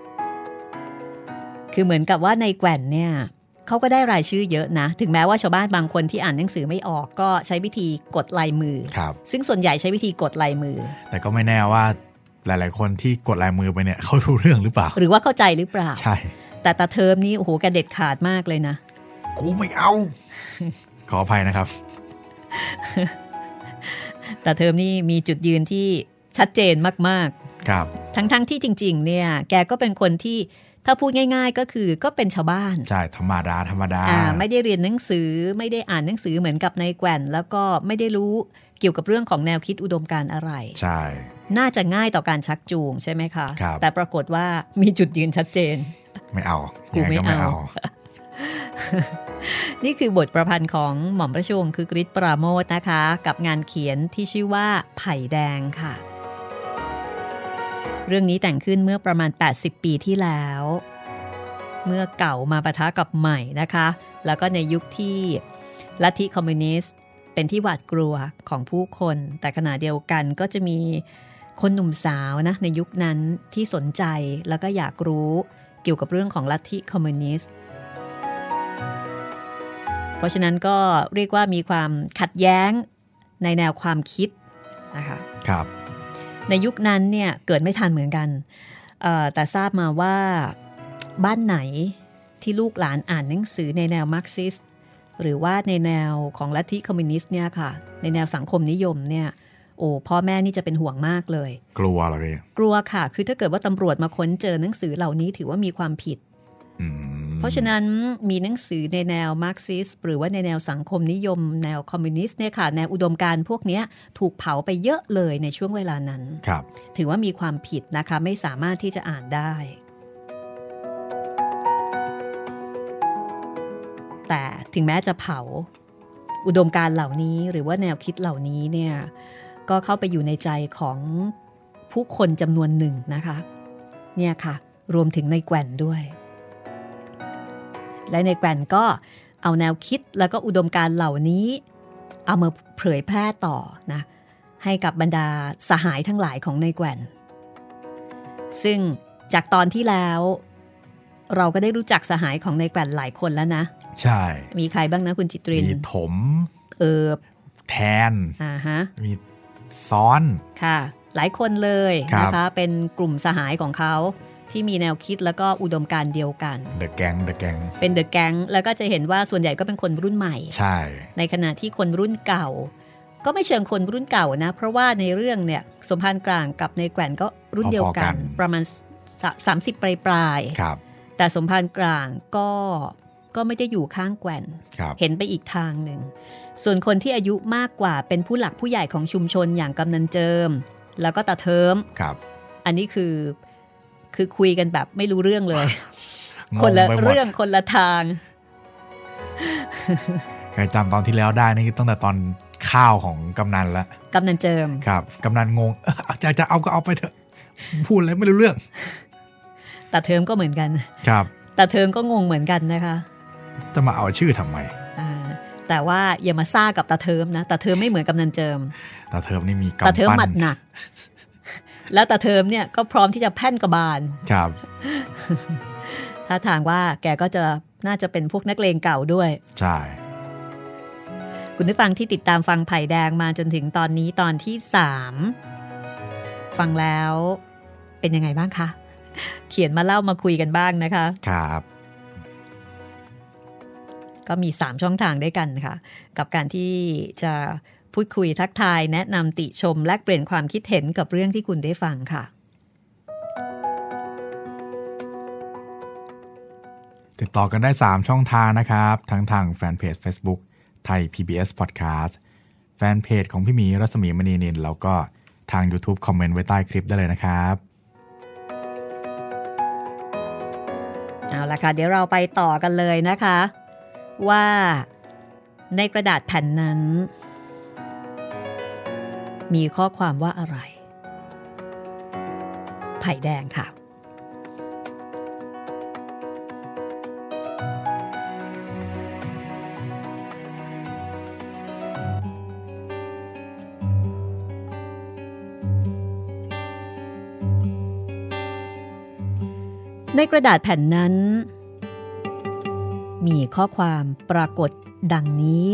คือเหมือนกับว่านายแก่นเนี่ยเขาก็ได้รายชื่อเยอะนะถึงแม้ว่าชาวบ้านบางคนที่อ่านหนังสือไม่ออกก็ใช้วิธีกดลายมือซึ่งส่วนใหญ่ใช้วิธีกดลายมือ
แต่ก็ไม่แน่ว่าหลายๆคนที่กดลายมือไปเนี่ยเขารู้เรื่องหรือเปล่า
หรือว่าเข้าใจหรือเปล่า
ใช่
แต่ตาเทิมนี่โอ้โหแกเด็ดขาดมากเลยนะ
กูไม่เอาขออภัยนะครับ
ตาเทิมนี่มีจุดยืนที่ชัดเจนมาก
ๆครับ
ทั้งๆที่จริงๆเนี่ยแกก็เป็นคนที่ถ้าพูดง่ายๆก็คือก็เป็นชาวบ้าน
ใช่ธรรมดาธรรมดา
อ่าไม่ได้เรียนหนังสือไม่ได้อ่านหนังสือเหมือนกับนายแก่นแล้วก็ไม่ได้รู้เกี่ยวกับเรื่องของแนวคิดอุดมการณ์อะไร
ใช่
น่าจะง่ายต่อการชักจูงใช่ไหมคะ
ครับ
แต่ปรากฏว่ามีจุดยืนชัดเจน
ไม่เอา
กูไม่เอา นี่คือบทประพันธ์ของหม่อมราชวงศ์คือกฤษปราโมทนะคะกับงานเขียนที่ชื่อว่าไผ่แดงค่ะเรื่องนี้แต่งขึ้นเมื่อประมาณแปดสิบปีที่แล้วเมื่อเก่ามาปะทะกับใหม่นะคะแล้วก็ในยุคที่ลัทธิคอมมิวนิสต์เเป็นที่หวาดกลัวของผู้คนแต่ขณะเดียวกันก็จะมีคนหนุ่มสาวนะในยุคนั้นที่สนใจแล้วก็อยากรู้เกี่ยวกับเรื่องของลัทธิคอมมิวนิสต์เพราะฉะนั้นก็เรียกว่ามีความขัดแย้งในแนวความคิดนะคะ
ครับ
ในยุคนั้นเนี่ยเกิดไม่ทันเหมือนกันแต่ทราบมาว่าบ้านไหนที่ลูกหลานอ่านหนังสือในแนวมาร์กซิสต์หรือว่าในแนวของลัทธิคอมมิวนิสต์เนี่ยค่ะในแนวสังคมนิยมเนี่ยโอ้พ่อแม่นี่จะเป็นห่วงมากเลย
กลัวเหรอพี่
กลัวค่ะคือถ้าเกิดว่าตำรวจมาค้นเจอหนังสือเหล่านี้ถือว่ามีความผิดเพราะฉะนั้นมีหนังสือในแนวมาร์กซิสต์หรือว่าในแนวสังคมนิยมแนวคอมมิวนิสต์เนี่ยค่ะแนวอุดมการณ์พวกนี้ถูกเผาไปเยอะเลยในช่วงเวลานั้น
ครับ
ถือว่ามีความผิดนะคะไม่สามารถที่จะอ่านได้แต่ถึงแม้จะเผาอุดมการณ์เหล่านี้หรือว่าแนวคิดเหล่านี้เนี่ยก็เข้าไปอยู่ในใจของผู้คนจำนวนหนึ่งนะคะเนี่ยค่ะรวมถึงในแกว่นด้วยและในแกว่นก็เอาแนวคิดแล้วก็อุดมการณ์เหล่านี้เอามาเผยแพร่ต่อนะให้กับบรรดาสหายทั้งหลายของในแกว่นซึ่งจากตอนที่แล้วเราก็ได้รู้จักสหายของในแกว่นหลายคนแล้วนะ
ใช่
มีใครบ้างนะคุณจิตริน
มีถม
เอิบ
แทน
อ่าฮะ
มีซ้อน
ค่ะหลายคนเลยนะคะเป็นกลุ่มสหายของเขาที่มีแนวคิดแล้วก็อุดมการณ์เดียวกัน
The Gang The Gang
เป็น The Gang แล้วก็จะเห็นว่าส่วนใหญ่ก็เป็นคนรุ่นใหม่
ใช่
ในขณะที่คนรุ่นเก่าก็ไม่เชิงคนรุ่นเก่านะเพราะว่าในเรื่องเนี่ยสมภารกลางกับในแกว่นก็รุ่นเดียวกันประมาณสามสิบปลายปลาย
ครับ
แต่สมภารกลางก็ก็ไม่ได้อยู่ข้างแกว่นเห็นไปอีกทางหนึ่งส่วนคนที่อายุมากกว่าเป็นผู้หลักผู้ใหญ่ของชุมชนอย่างกำนันเจิมแล้วก็ตาเทิมอันนี้คือคือคุยกันแบบไม่รู้เรื่องเลย คนละเรื่องคนละทาง
ใครจำตอนที่แล้วได้นี่ตั้งแต่ตอนข้าวของกำนันละ
กำนันเจิม
ครับกำนันงงจะจะเอาก็เอาไปเถอะพูดอะไรไม่รู้เรื่อง
ตาเทิมก็เหมือนกัน
ครับ
ตาเทิมก็งงเหมือนกันนะคะ
จะมาเอาชื่อทำไม
แต่ว่าอย่ามาซ่ากับตาเทิมนะตาเทิมไม่เหมือนกำนันเจิม
ตาเทิมนี่มีกำปั้น
ตาเทิมหมัดหนักแล้วตาเทิมเนี่ยก็พร้อมที่จะแพ่นกระบาล
ครับ
ถ้าทางว่าแกก็จะน่าจะเป็นพวกนักเลงเก่าด้วย
ใช่
คุณผู้ฟังที่ติดตามฟังไผ่แดงมาจนถึงตอนนี้ตอนที่สามฟังแล้วเป็นยังไงบ้างคะเขียนมาเล่ามาคุยกันบ้างนะคะ
ครับ
ก็มีสามช่องทางด้วยกันค่ะกับการที่จะพูดคุยทักทายแนะนำติชมแลกเปลี่ยนความคิดเห็นกับเรื่องที่คุณได้ฟังค่ะ
ติดต่อกันได้สามช่องทางนะครับทั้งทางแฟนเพจ Facebook ไทย พี บี เอส Podcast แฟนเพจของพี่หมีรัศมีมณีนินแล้วก็ทาง YouTube คอมเมนต์ไว้ใต้คลิปได้เลยนะครับ
เอาล่ะค่ะเดี๋ยวเราไปต่อกันเลยนะคะว่าในกระดาษแผ่นนั้นมีข้อความว่าอะไรไผ่แดงค่ะในกระดาษแผ่นนั้นมีข้อความปรากฏดังนี้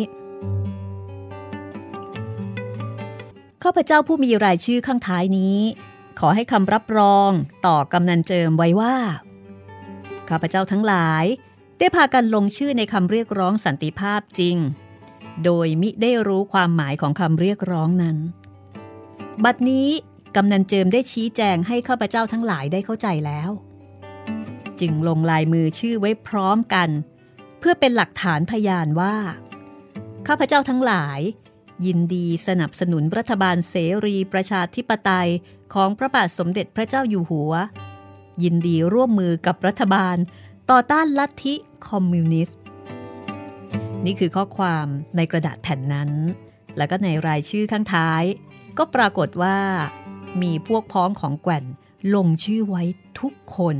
ข้าพเจ้าผู้มีรายชื่อข้างท้ายนี้ขอให้คำรับรองต่อกำนันเจิมไว้ว่าข้าพเจ้าทั้งหลายได้พากันลงชื่อในคำเรียกร้องสันติภาพจริงโดยมิได้รู้ความหมายของคำเรียกร้องนั้นบัดนี้กำนันเจิมได้ชี้แจงให้ข้าพเจ้าทั้งหลายได้เข้าใจแล้วจึงลงลายมือชื่อไว้พร้อมกันเพื่อเป็นหลักฐานพยานว่าข้าพเจ้าทั้งหลายยินดีสนับสนุนรัฐบาลเสรีประชาธิปไตยของพระบาทสมเด็จพระเจ้าอยู่หัวยินดีร่วมมือกับรัฐบาลต่อต้านลัทธิคอมมิวนิสต์นี่คือข้อความในกระดาษแผ่นนั้นแล้วก็ในรายชื่อข้างท้ายก็ปรากฏว่ามีพวกพ้องของแกว่นลงชื่อไว้ทุกคน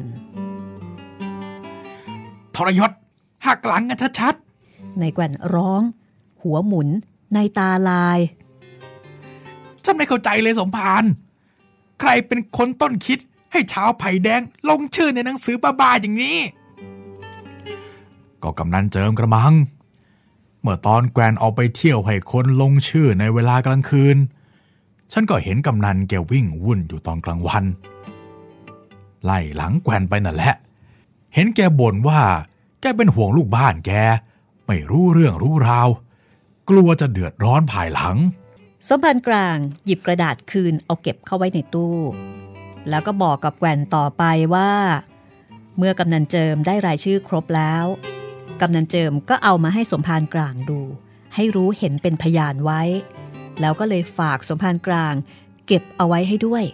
ทรยศหักหลังกันชัด
ๆในแกว่นร้องหัวหมุนในตาลาย
ฉันไม่เข้าใจเลยสมภารใครเป็นคนต้นคิดให้ชาวไผ่แดงลงชื่อในหนังสือบ้าๆอย่างนี้ก็กำนันเจิมกระมังเมื่อตอนแกวนออกไปเที่ยวให้คนลงชื่อในเวลากลางคืนฉันก็เห็นกำนันแกวิ่งวุ่นอยู่ตอนกลางวันไล่หลังแกวนไปนั่นแหละเห็นแกบ่นว่าแกเป็นห่วงลูกบ้านแกไม่รู้เรื่องรู้ราวกลัวจะเดือดร้อนภายหลัง
สมภารกลางหยิบกระดาษคืนเอาเก็บเข้าไว้ในตู้แล้วก็บอกกับแกวนต่อไปว่าเมื่อกำนันเจิมได้รายชื่อครบแล้วกำนันเจิมก็เอามาให้สมภารกลางดูให้รู้เห็นเป็นพยานไว้แล้วก็เลยฝากสมภารกลางเก็บเอาไว้ให้ด้วย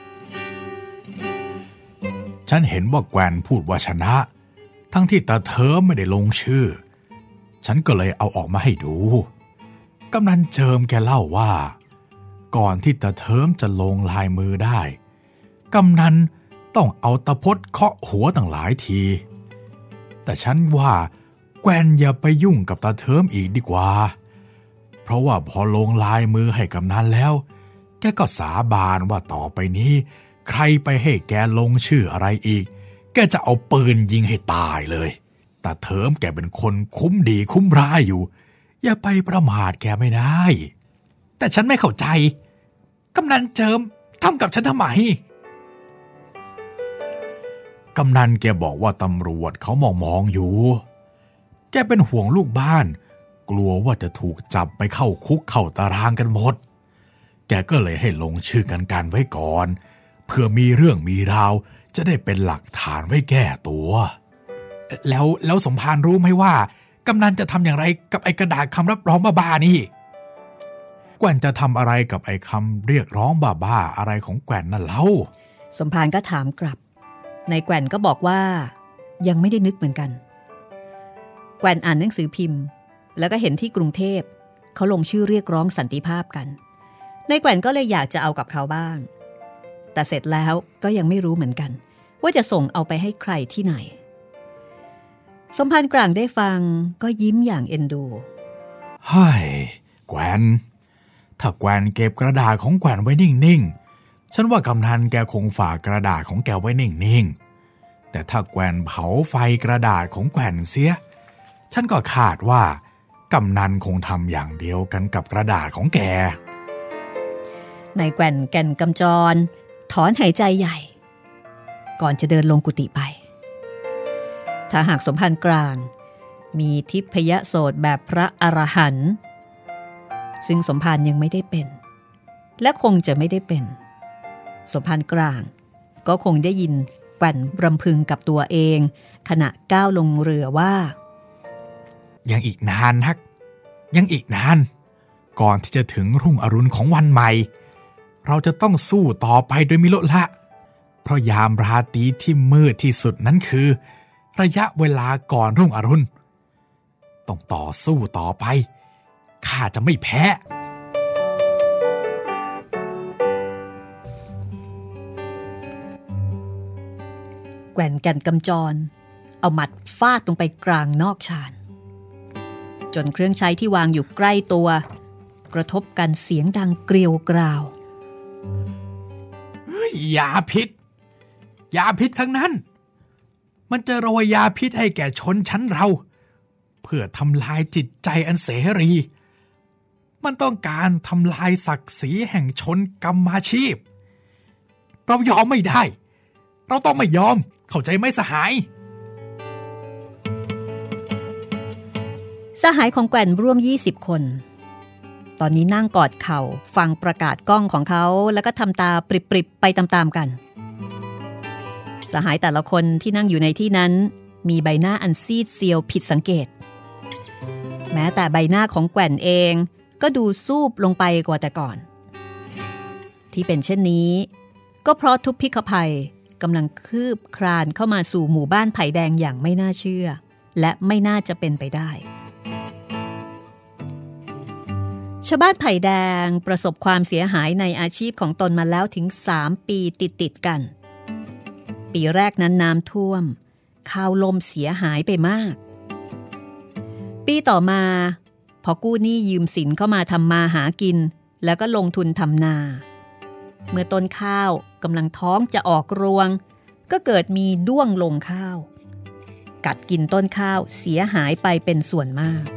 ฉันเห็นว่าแกวนพูดว่าชนะทั้งที่ตาเทิมไม่ได้ลงชื่อฉันก็เลยเอาออกมาให้ดูกำนันเจิมแกเล่าว่าก่อนที่ตาเทิมจะลงลายมือได้กำนันต้องเอาตะพดเคาะหัวตั้งหลายทีแต่ฉันว่าแกวนอย่าไปยุ่งกับตาเทิมอีกดีกว่าเพราะว่าพอลงลายมือให้กำนันแล้วแกก็สาบานว่าต่อไปนี้ใครไปให้แกลงชื่ออะไรอีกแกจะเอาปืนยิงให้ตายเลยตาเทิมแกเป็นคนคุ้มดีคุ้มร้ายอยู่อย่าไปประมาทแกไม่ได้แต่ฉันไม่เข้าใจกำนันเจิมทำกับฉันทำไมกำนันแกบอกว่าตำรวจเขามองมองอยู่แกเป็นห่วงลูกบ้านกลัวว่าจะถูกจับไปเข้าคุกเข้าตารางกันหมดแกก็เลยให้ลงชื่อกันกันไว้ก่อนเพื่อมีเรื่องมีราวจะได้เป็นหลักฐานไว้แก้ตัวแล้วแล้วสมภารรู้ไหมว่ากำนันจะทำอย่างไรกับไอ้กระดาษคำรับรองบ้าๆนี่แกวนจะทำอะไรกับไอ้คำเรียกร้องบ้าๆอะไรของแกวนนั่นเล่า
สมภารก็ถามกลับนายแกวนก็บอกว่ายังไม่ได้นึกเหมือนกันแกวนอ่านหนังสือพิมพ์แล้วก็เห็นที่กรุงเทพเขาลงชื่อเรียกร้องสันติภาพกันนายแกวนก็เลยอยากจะเอากับเขาบ้างแต่เสร็จแล้วก็ยังไม่รู้เหมือนกันว่าจะส่งเอาไปให้ใครที่ไหนสมภารกลางได้ฟังก็ยิ้มอย่างเอ็นดู
เฮ้ยแกวนถ้าแกวนเก็บกระดาษของแกวนไว้นิ่งๆฉันว่ากำนันแกคงฝากกระดาษของแกไว้นิ่งๆแต่ถ้าแกวนเผาไฟกระดาษของแกวนเสียฉันก็คาดว่ากำนันคงทำอย่างเดียวกันกับกระดาษของแก
นายแกวนแก่นกำจรถอนหายใจใหญ่ก่อนจะเดินลงกุฏิไปถ้าหากสมภารกลางมีทิพยโสตแบบพระอรหันต์ซึ่งสมภารยังไม่ได้เป็นและคงจะไม่ได้เป็นสมภารกลางก็คงได้ยินแกว่นรำพึงกับตัวเองขณะก้าวลงเรือว่า
ยังอีกนานนักยังอีกนานก่อนที่จะถึงรุ่งอรุณของวันใหม่เราจะต้องสู้ต่อไปโดยมิลดละเพราะยามราตรีที่มืดที่สุดนั้นคือระยะเวลาก่อนรุ่งอรุณต้องต่อสู้ต่อไปข้าจะไม่แพ้
แกว่นแก่นกำจรเอาหมัดฟาดลงไปกลางนอกชานจนเครื่องใช้ที่วางอยู่ใกล้ตัวกระทบกันเสียงดังเกลียวกราว
ยาพิษยาพิษทั้งนั้นมันจะโรยยาพิษให้แก่ชนชั้นเราเพื่อทำลายจิตใจอันเสรีมันต้องการทำลายศักดิ์ศรีแห่งชนกรรมาชีพเรายอมไม่ได้เราต้องไม่ยอมเข้าใจไหมสหาย
สหายของแกว่นร่วมยี่สิบคนตอนนี้นั่งกอดเข่าฟังประกาศกล้องของเขาแล้วก็ทำตาปริบๆไปตามๆกันสหายแต่ละคนที่นั่งอยู่ในที่นั้นมีใบหน้าอันซีดเซียวผิดสังเกตแม้แต่ใบหน้าของแกว่นเองก็ดูซูบลงไปกว่าแต่ก่อนที่เป็นเช่นนี้ก็เพราะทุพพิฆภัยกำลังคืบคลานเข้ามาสู่หมู่บ้านไผ่แดงอย่างไม่น่าเชื่อและไม่น่าจะเป็นไปได้ชาวบ้านไผ่แดงประสบความเสียหายในอาชีพของตนมาแล้วถึงสามปีติดๆกันปีแรกนั้นน้ำท่วมข้าวลมเสียหายไปมากปีต่อมาพอกู้หนี้ยืมสินเข้ามาทำมาหากินแล้วก็ลงทุนทำนาเมื่อต้นข้าวกำลังท้องจะออกรวงก็เกิดมีด้วงลงข้าวกัดกินต้นข้าวเสียหายไปเป็นส่วนมาก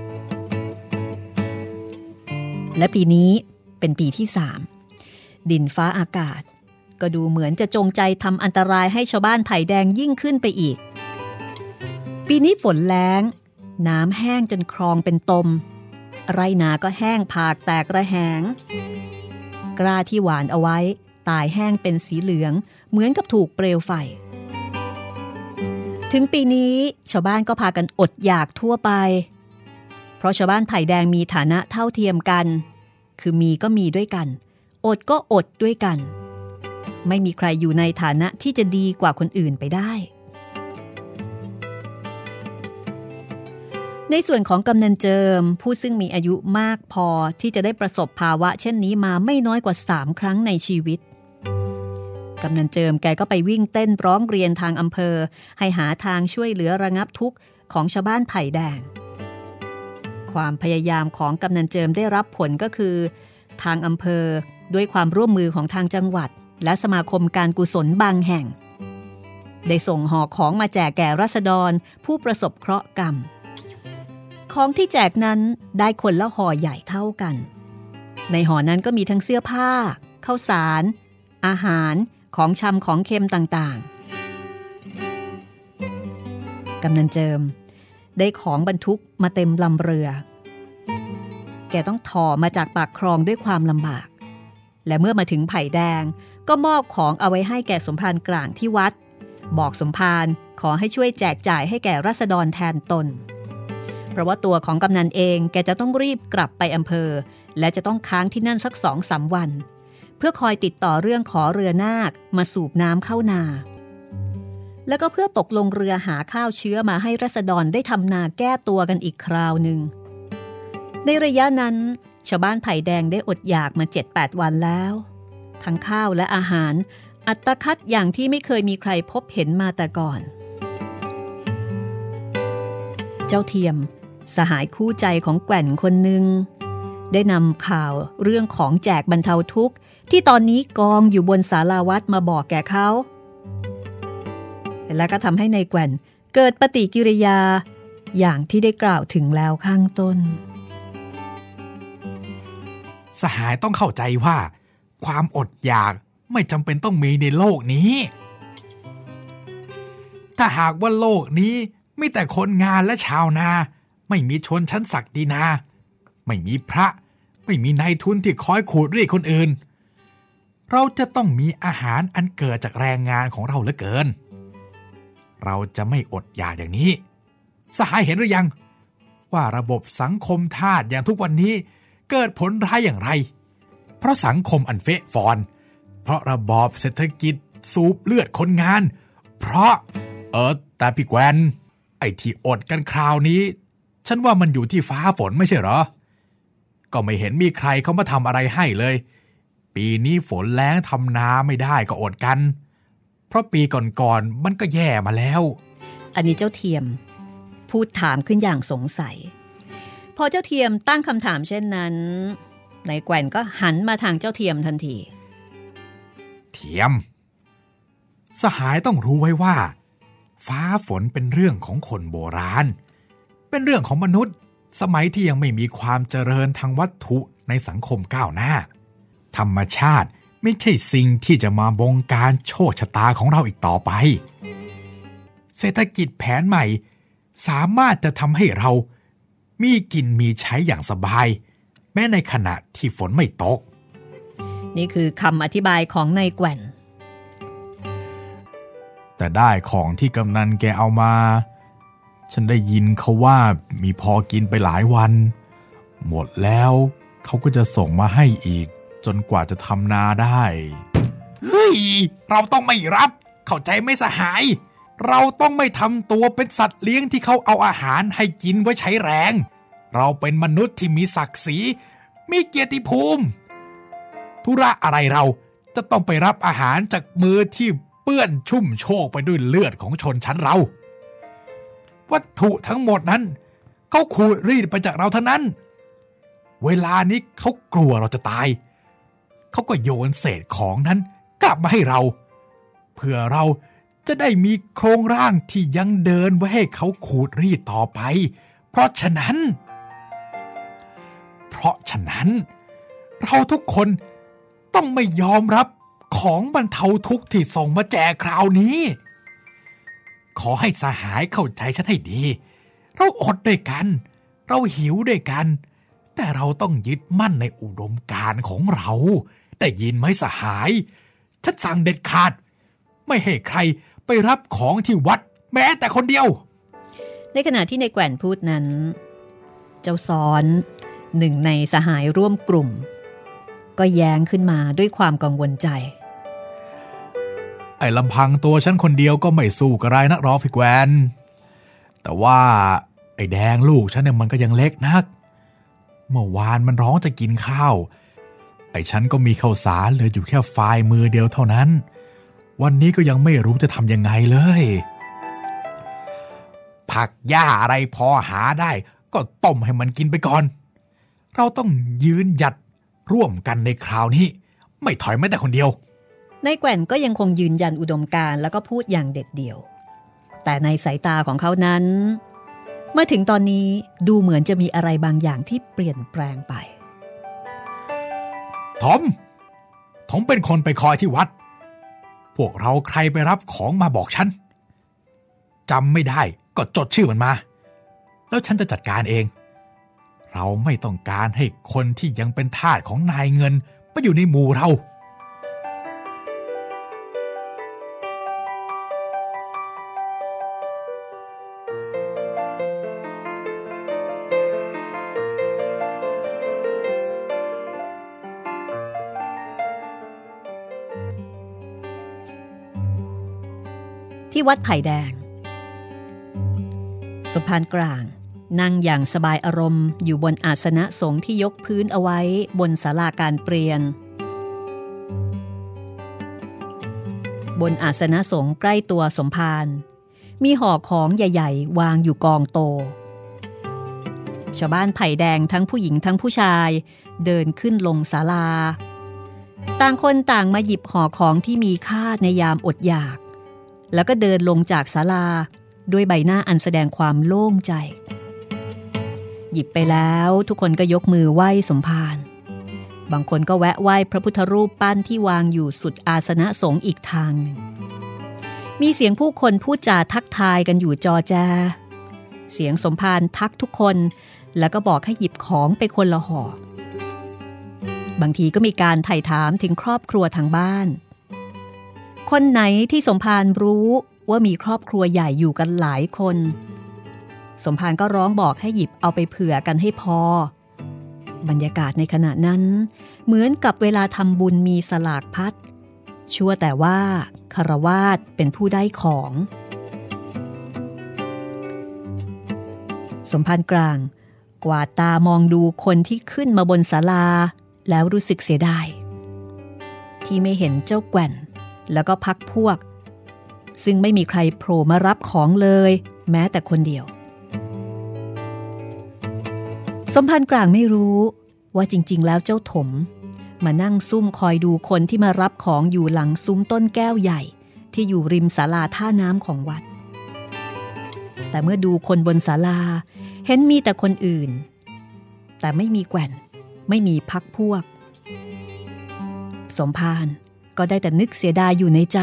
และปีนี้เป็นปีที่สามดินฟ้าอากาศก็ดูเหมือนจะจงใจทำอันตรายให้ชาวบ้านไผ่แดงยิ่งขึ้นไปอีกปีนี้ฝนแล้งน้ำแห้งจนคลองเป็นตมไรนาก็แห้งผากแตกระแหงกล้าที่หวานเอาไว้ตายแห้งเป็นสีเหลืองเหมือนกับถูกเปลวไฟถึงปีนี้ชาวบ้านก็พากันอดอยากทั่วไปเพราะชาวบ้านไผ่แดงมีฐานะเท่าเทียมกันคือมีก็มีด้วยกันอดก็อดด้วยกันไม่มีใครอยู่ในฐานะที่จะดีกว่าคนอื่นไปได้ในส่วนของกำนันเจิมผู้ซึ่งมีอายุมากพอที่จะได้ประสบภาวะเช่นนี้มาไม่น้อยกว่าสามครั้งในชีวิตกำนันเจิมแกก็ไปวิ่งเต้นร้องเรียนทางอำเภอให้หาทางช่วยเหลือระงับทุกข์ของชาวบ้านไผ่แดงความพยายามของกำนันเจิมได้รับผลก็คือทางอำเภอด้วยความร่วมมือของทางจังหวัดและสมาคมการกุศลบางแห่งได้ส่งห่อของมาแจกแก่ราษฎรผู้ประสบเคราะห์กรรมของที่แจกนั้นได้คนละห่อใหญ่เท่ากันในห่อนั้นก็มีทั้งเสื้อผ้าข้าวสารอาหารของชำของเค็มต่างๆกำนันเจิมได้ของบรรทุกมาเต็มลำเรือแกต้องถ่อมาจากปากคลองด้วยความลำบากและเมื่อมาถึงไผ่แดงก็มอบของเอาไว้ให้แก่สมภารกลางที่วัดบอกสมภารขอให้ช่วยแจกจ่ายให้แก่ราษฎรแทนตนเพราะว่าตัวของกำนันเองแกจะต้องรีบกลับไปอำเภอและจะต้องค้างที่นั่นสักสองสามวันเพื่อคอยติดต่อเรื่องขอเรือนาคมาสูบน้ำเข้านาแล้วก็เพื่อตกลงเรือหาข้าวเชื้อมาให้ราษฎรได้ทำนาแก้ตัวกันอีกคราวหนึ่งในระยะนั้นชาวบ้านไผ่แดงได้อดอยากมา เจ็ดแปด วันแล้วทั้งข้าวและอาหารอัตคัดอย่างที่ไม่เคยมีใครพบเห็นมาแต่ก่อนเจ้าเทียมสหายคู่ใจของแก่นคนหนึ่งได้นำข่าวเรื่องของแจกบรรเทาทุกข์ที่ตอนนี้กองอยู่บนศาลาวัดมาบอกแก่เขาและก็ทำให้ในแก่นเกิดปฏิกิริยาอย่างที่ได้กล่าวถึงแล้วข้างต้น
สหายต้องเข้าใจว่าความอดอยากไม่จำเป็นต้องมีในโลกนี้ถ้าหากว่าโลกนี้มีแต่คนงานและชาวนาไม่มีชนชั้นศักดินาไม่มีพระไม่มีนายทุนที่คอยขูดรีดคนอื่นเราจะต้องมีอาหารอันเกิดจากแรงงานของเราเหลือเกินเราจะไม่อดอยากอย่างนี้สหายเห็นหรือยังว่าระบบสังคมทาสอย่างทุกวันนี้เกิดผลร้ายอย่างไรเพราะสังคมอันเฟะฟอนเพราะระบอบเศรษฐกิจสูบเลือดคนงานเพราะเออแต่พี่แกวนไอ้ที่อดกันคราวนี้ฉันว่ามันอยู่ที่ฟ้าฝนไม่ใช่เหรอก็ไม่เห็นมีใครเขามาทำอะไรให้เลยปีนี้ฝนแล้งทำนาไม่ได้ก็อดกันเพราะปีก่อนๆมันก็แย่มาแล้ว
อันนี้เจ้าเทียมพูดถามขึ้นอย่างสงสัยพอเจ้าเทียมตั้งคำถามเช่นนั้นนายแกว่นก็หันมาทางเจ้าเทียมทันที
เทียมสหายต้องรู้ไว้ว่าฟ้าฝนเป็นเรื่องของคนโบราณเป็นเรื่องของมนุษย์สมัยที่ยังไม่มีความเจริญทางวัตถุในสังคมก้าวหน้าธรรมชาติไม่ใช่สิ่งที่จะมาบงการโชคชะตาของเราอีกต่อไปเศรษฐกิจแผนใหม่สามารถจะทำให้เรามีกินมีใช้อย่างสบายแม้ในขณะที่ฝนไม่ตก
นี่คือคำอธิบายของนายแกว่น
แต่ได้ของที่กำนันแกเอามาฉันได้ยินเขาว่ามีพอกินไปหลายวันหมดแล้วเขาก็จะส่งมาให้อีกจนกว่าจะทำนาได้เฮ้ยเราต้องไม่รับเข้าใจไม่สหายเราต้องไม่ทำตัวเป็นสัตว์เลี้ยงที่เขาเอาอาหารให้กินไว้ใช้แรงเราเป็นมนุษย์ที่มีศักดิ์ศรีมีเกียรติภูมิธุระอะไรเราจะต้องไปรับอาหารจากมือที่เปื้อนชุ่มโชกไปด้วยเลือดของชนชั้นเราวัตถุทั้งหมดนั้นเขาขูดรีดไปจากเราเท่านั้นเวลานี้เขากลัวเราจะตายเขาก็โยนเศษของนั้นกลับมาให้เราเพื่อเราจะได้มีโครงร่างที่ยังเดินไว้ให้เขาขูดรีดต่อไปเพราะฉะนั้นเพราะฉะนั้นเราทุกคนต้องไม่ยอมรับของบรรเทาทุกข์ที่ส่งมาแจกคราวนี้ขอให้สหายเข้าใจฉันให้ดีเราอดด้วยกันเราหิวด้วยกันแต่เราต้องยึดมั่นในอุดมการณ์ของเราได้ยินไหมสหายฉันสั่งเด็ดขาดไม่ให้ใครไปรับของที่วัดแม้แต่คนเดียว
ในขณะที่ในแกว่นพูดนั้นเจ้าซ้อนหนึ่งในสหายร่วมกลุ่มก็แย้งขึ้นมาด้วยความกังวลใจ
ไอ้ลำพังตัวฉันคนเดียวก็ไม่สู้กับไรนักหรอกพี่แกวนแต่ว่าไอ้แดงลูกฉันเนี่ยมันก็ยังเล็กนักเมื่อวานมันร้องจะกินข้าวไอ้ฉันก็มีข้าวสารเหลืออยู่แค่ฝ่ายมือเดียวเท่านั้นวันนี้ก็ยังไม่รู้จะทำยังไงเลยผักหญ้าอะไรพอหาได้ก็ต้มให้มันกินไปก่อนเราต้องยืนหยัดร่วมกันในคราวนี้ไม่ถอยแม้แต่คนเดียว
ในแกว่นก็ยังคงยืนยันอุดมการณ์แล้วก็พูดอย่างเด็ดเดี่ยวแต่ในสายตาของเขานั้นเมื่อถึงตอนนี้ดูเหมือนจะมีอะไรบางอย่างที่เปลี่ยนแปลงไป
ทอมทอมเป็นคนไปคอยที่วัดพวกเราใครไปรับของมาบอกฉันจำไม่ได้ก็จดชื่อมันมาแล้วฉันจะจัดการเองเราไม่ต้องการให้คนที่ยังเป็นทาสของนายเงินมาอยู่ในหมู่เรา
ที่วัดไผ่แดงสมภารกลางนั่งอย่างสบายอารมณ์อยู่บนอาสนะสงฆ์ที่ยกพื้นเอาไว้บนศาลาการเปลี่ยนบนอาสนะสงฆ์ใกล้ตัวสมภารมีห่อของใหญ่ๆวางอยู่กองโตชาวบ้านไผ่แดงทั้งผู้หญิงทั้งผู้ชายเดินขึ้นลงศาลาต่างคนต่างมาหยิบห่อของที่มีค่าในยามอดอยากแล้วก็เดินลงจากศาลาด้วยใบหน้าอันแสดงความโล่งใจหยิบไปแล้วทุกคนก็ยกมือไหว้สมภารบางคนก็แวะไหว้พระพุทธรูปปั้นที่วางอยู่สุดอาสนะสงฆ์อีกทางหนึ่งมีเสียงผู้คนพูดจาทักทายกันอยู่จอแจเสียงสมภารทักทุกคนแล้วก็บอกให้หยิบของไปคนละห่อบางทีก็มีการไถ่ถามถึงครอบครัวทางบ้านคนไหนที่สมภารรู้ว่ามีครอบครัวใหญ่อยู่กันหลายคนสมภารก็ร้องบอกให้หยิบเอาไปเผื่อกันให้พอบรรยากาศในขณะนั้นเหมือนกับเวลาทำบุญมีสลากพัดชั่วแต่ว่าคฤหัสถ์เป็นผู้ได้ของสมภารกลางกวาดตามองดูคนที่ขึ้นมาบนศาลาแล้วรู้สึกเสียดายที่ไม่เห็นเจ้าแกว่นแล้วก็พักพวกซึ่งไม่มีใครโผล่มารับของเลยแม้แต่คนเดียวสมภารกลางไม่รู้ว่าจริงๆแล้วเจ้าถมมานั่งซุ่มคอยดูคนที่มารับของอยู่หลังซุ้มต้นแก้วใหญ่ที่อยู่ริมศาลาท่าน้ำของวัดแต่เมื่อดูคนบนศาลาเห็นมีแต่คนอื่นแต่ไม่มีแกว่นไม่มีพักพวกสมภารก็ได้แต่นึกเสียดายอยู่ในใจ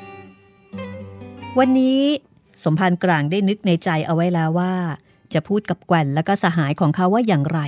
วันนี้สมภารกลางได้นึกในใจเอาไว้แล้วว่าจะพูดกับแกว่นและก็สหายของเขาว่าอย่างไร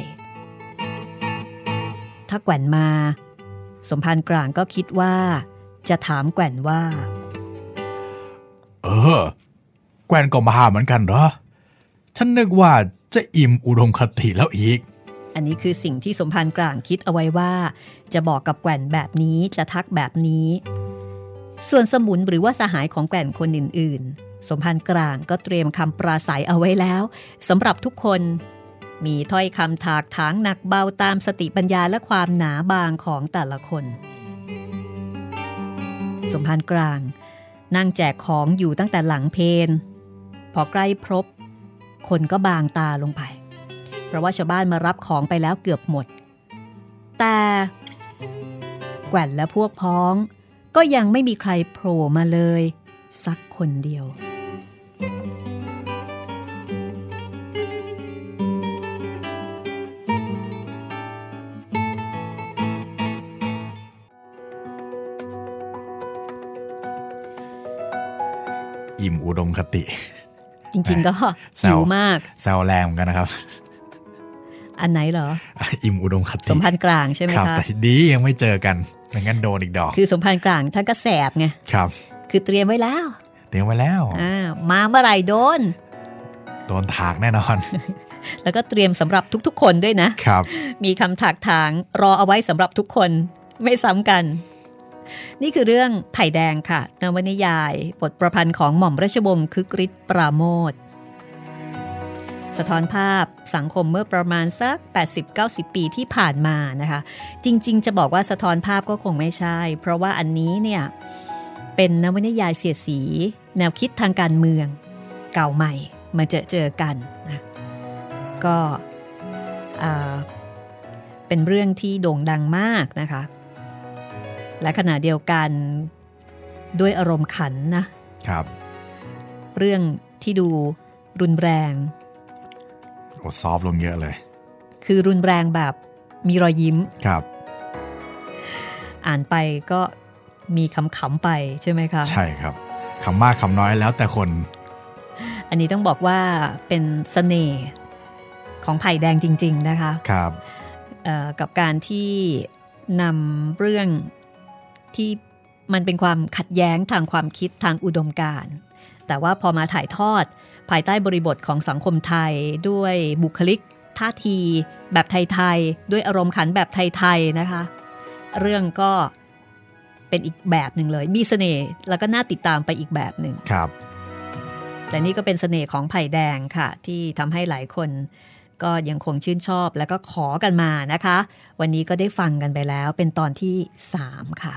ถ้าแกว่นมาสมภารกลางก็คิดว่าจะถามแกว่นว่า
เออแกว่นก็มาเหมือนกันเหรอฉันนึกว่าจะอิ่มอุดมคติแล้วอีก
อันนี้คือสิ่งที่สมภารกลางคิดเอาไว้ว่าจะบอกกับแกว่นแบบนี้จะทักแบบนี้ส่วนสมุนหรือว่าสหายของแกว่นคนอื่นๆสมภารกลางก็เตรียมคำปราศัยเอาไว้แล้วสำหรับทุกคนมีถ้อยคำถากถางหนักเบาตามสติปัญญาและความหนาบางของแต่ละคนสมภารกลางนั่งแจกของอยู่ตั้งแต่หลังเพลพอใกล้พรบคนก็บางตาลงไปเพราะว่าชาวบ้านมารับของไปแล้วเกือบหมดแต่แกว่นและพวกพ้องก็ยังไม่มีใครโผล่มาเลยสักคนเดียว
อิ่มอุดมคติ
จริงๆก็หิวมาก
แซวแรงกันนะครับ
อันไหนเหรอ
อิ่มอุดมคติ
สมพันธ์กลางใช่ไหมคะ
แต่ดียังไม่เจอกันไม่งั้นโดนอีกดอก
คือสมพันธ์กลางท่านก็แสบไง
ครับ
คือเตรียมไว้แล้ว
เตรียมไว้แล้ว
อ่ามาเมื่อไหร่โดน
โดนถากแน่นอน
แล้วก็เตรียมสำหรับทุกๆคนด้วยนะครับมีคำถากถางรอเอาไว้สำหรับทุกคนไม่ซ้ำกันนี่คือเรื่องไผ่แดงค่ะนวนิยายบทประพันธ์ของหม่อมราชวงศ์คึกฤทธิ์ปราโมทย์สะท้อนภาพสังคมเมื่อประมาณสัก แปดสิบถึงเก้าสิบ ปีที่ผ่านมานะคะจริงๆจะบอกว่าสะท้อนภาพก็คงไม่ใช่เพราะว่าอันนี้เนี่ยเป็นนวนิยายเสียดสีแนวคิดทางการเมืองเก่าใหม่มาเจอเจอกันนะก็เป็นเรื่องที่โด่งดังมากนะคะและขณะเดียวกันด้วยอารมณ์ขันนะครับเรื่องที่ดูรุนแรง
โอ้ซอฟลงเยอะเลย
คือรุนแรงแบบมีรอยยิ้ม
ครับ
อ่านไปก็มีคำขำไปใช่ไหมคะ
ใช่ครับคำมากคำน้อยแล้วแต่คน
อันนี้ต้องบอกว่าเป็นเสน่ห์ของไผ่แดงจริงๆนะคะ
ครับ
กับการที่นำเรื่องที่มันเป็นความขัดแย้งทางความคิดทางอุดมการณ์แต่ว่าพอมาถ่ายทอดภายใต้บริบทของสังคมไทยด้วยบุคลิกท่าทีแบบไทยๆด้วยอารมณ์ขันแบบไทยๆนะคะเรื่องก็เป็นอีกแบบหนึ่งเลยมีเสน่ห์แล้วก็น่าติดตามไปอีกแบบหนึ่ง
ครับ
แต่นี่ก็เป็นเสน่ห์ของไผ่แดงค่ะที่ทำให้หลายคนก็ยังคงชื่นชอบแล้วก็ขอกันมานะคะวันนี้ก็ได้ฟังกันไปแล้วเป็นตอนที่สามค่ะ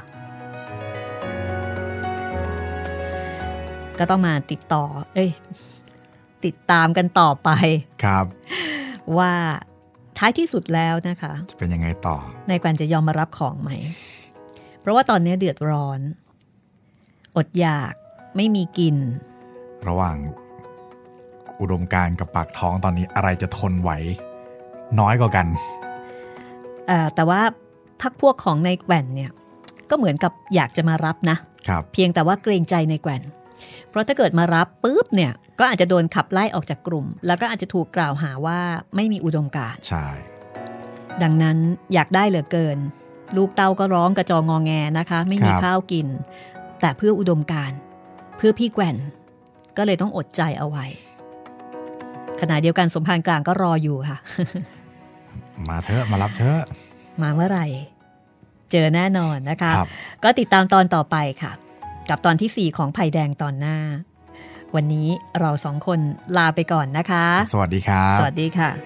ก็ต้องมาติดต่อเอ้ยติดตามกันต่อไป
ครับ
ว่าท้ายที่สุดแล้วนะคะ
จะเป็นยังไงต่อ
นายแกว่นจะยอมมารับของไหมเพราะว่าตอนนี้เดือดร้อนอดอยากไม่มีกิน
ระหว่างอุดมการณ์กับปากท้องตอนนี้อะไรจะทนไหวน้อยกว่ากัน
แต่ว่าพรรคพวกของนายแกว่นเนี่ยก็เหมือนกับอยากจะมารับนะครับเพียงแต่ว่าเกรงใจนายแกว่นเพราะถ้าเกิดมารับปุ๊บเนี่ยก็อาจจะโดนขับไล่ออกจากกลุ่มแล้วก็อาจจะถูกกล่าวหาว่าไม่มีอุดมการณ์
ใช่
ดังนั้นอยากได้เหลือเกินลูกเต้าก็ร้องกระจองงอแงนะคะไม่มีข้าวกินแต่เพื่ออุดมการณ์เพื่อพี่แกว่นก็เลยต้องอดใจเอาไว้ขณะเดียวกันสมภารกลางก็รออยู่ค่ะ
มาเถอะมารับเถอะ
มาเมื่อไหร่เจอแน่นอนนะคะก็ติดตามตอนต่อไปค่ะกับตอนที่สี่ของไผ่แดงตอนหน้าวันนี้เราสองคนลาไปก่อนนะคะ
สวัสดีครับ
สวัสดีค่ะ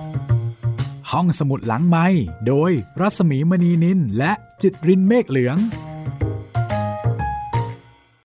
ห้องสมุดหลังไมค์โดยรัศมีมณีนินและจิตรินเมฆเหลือง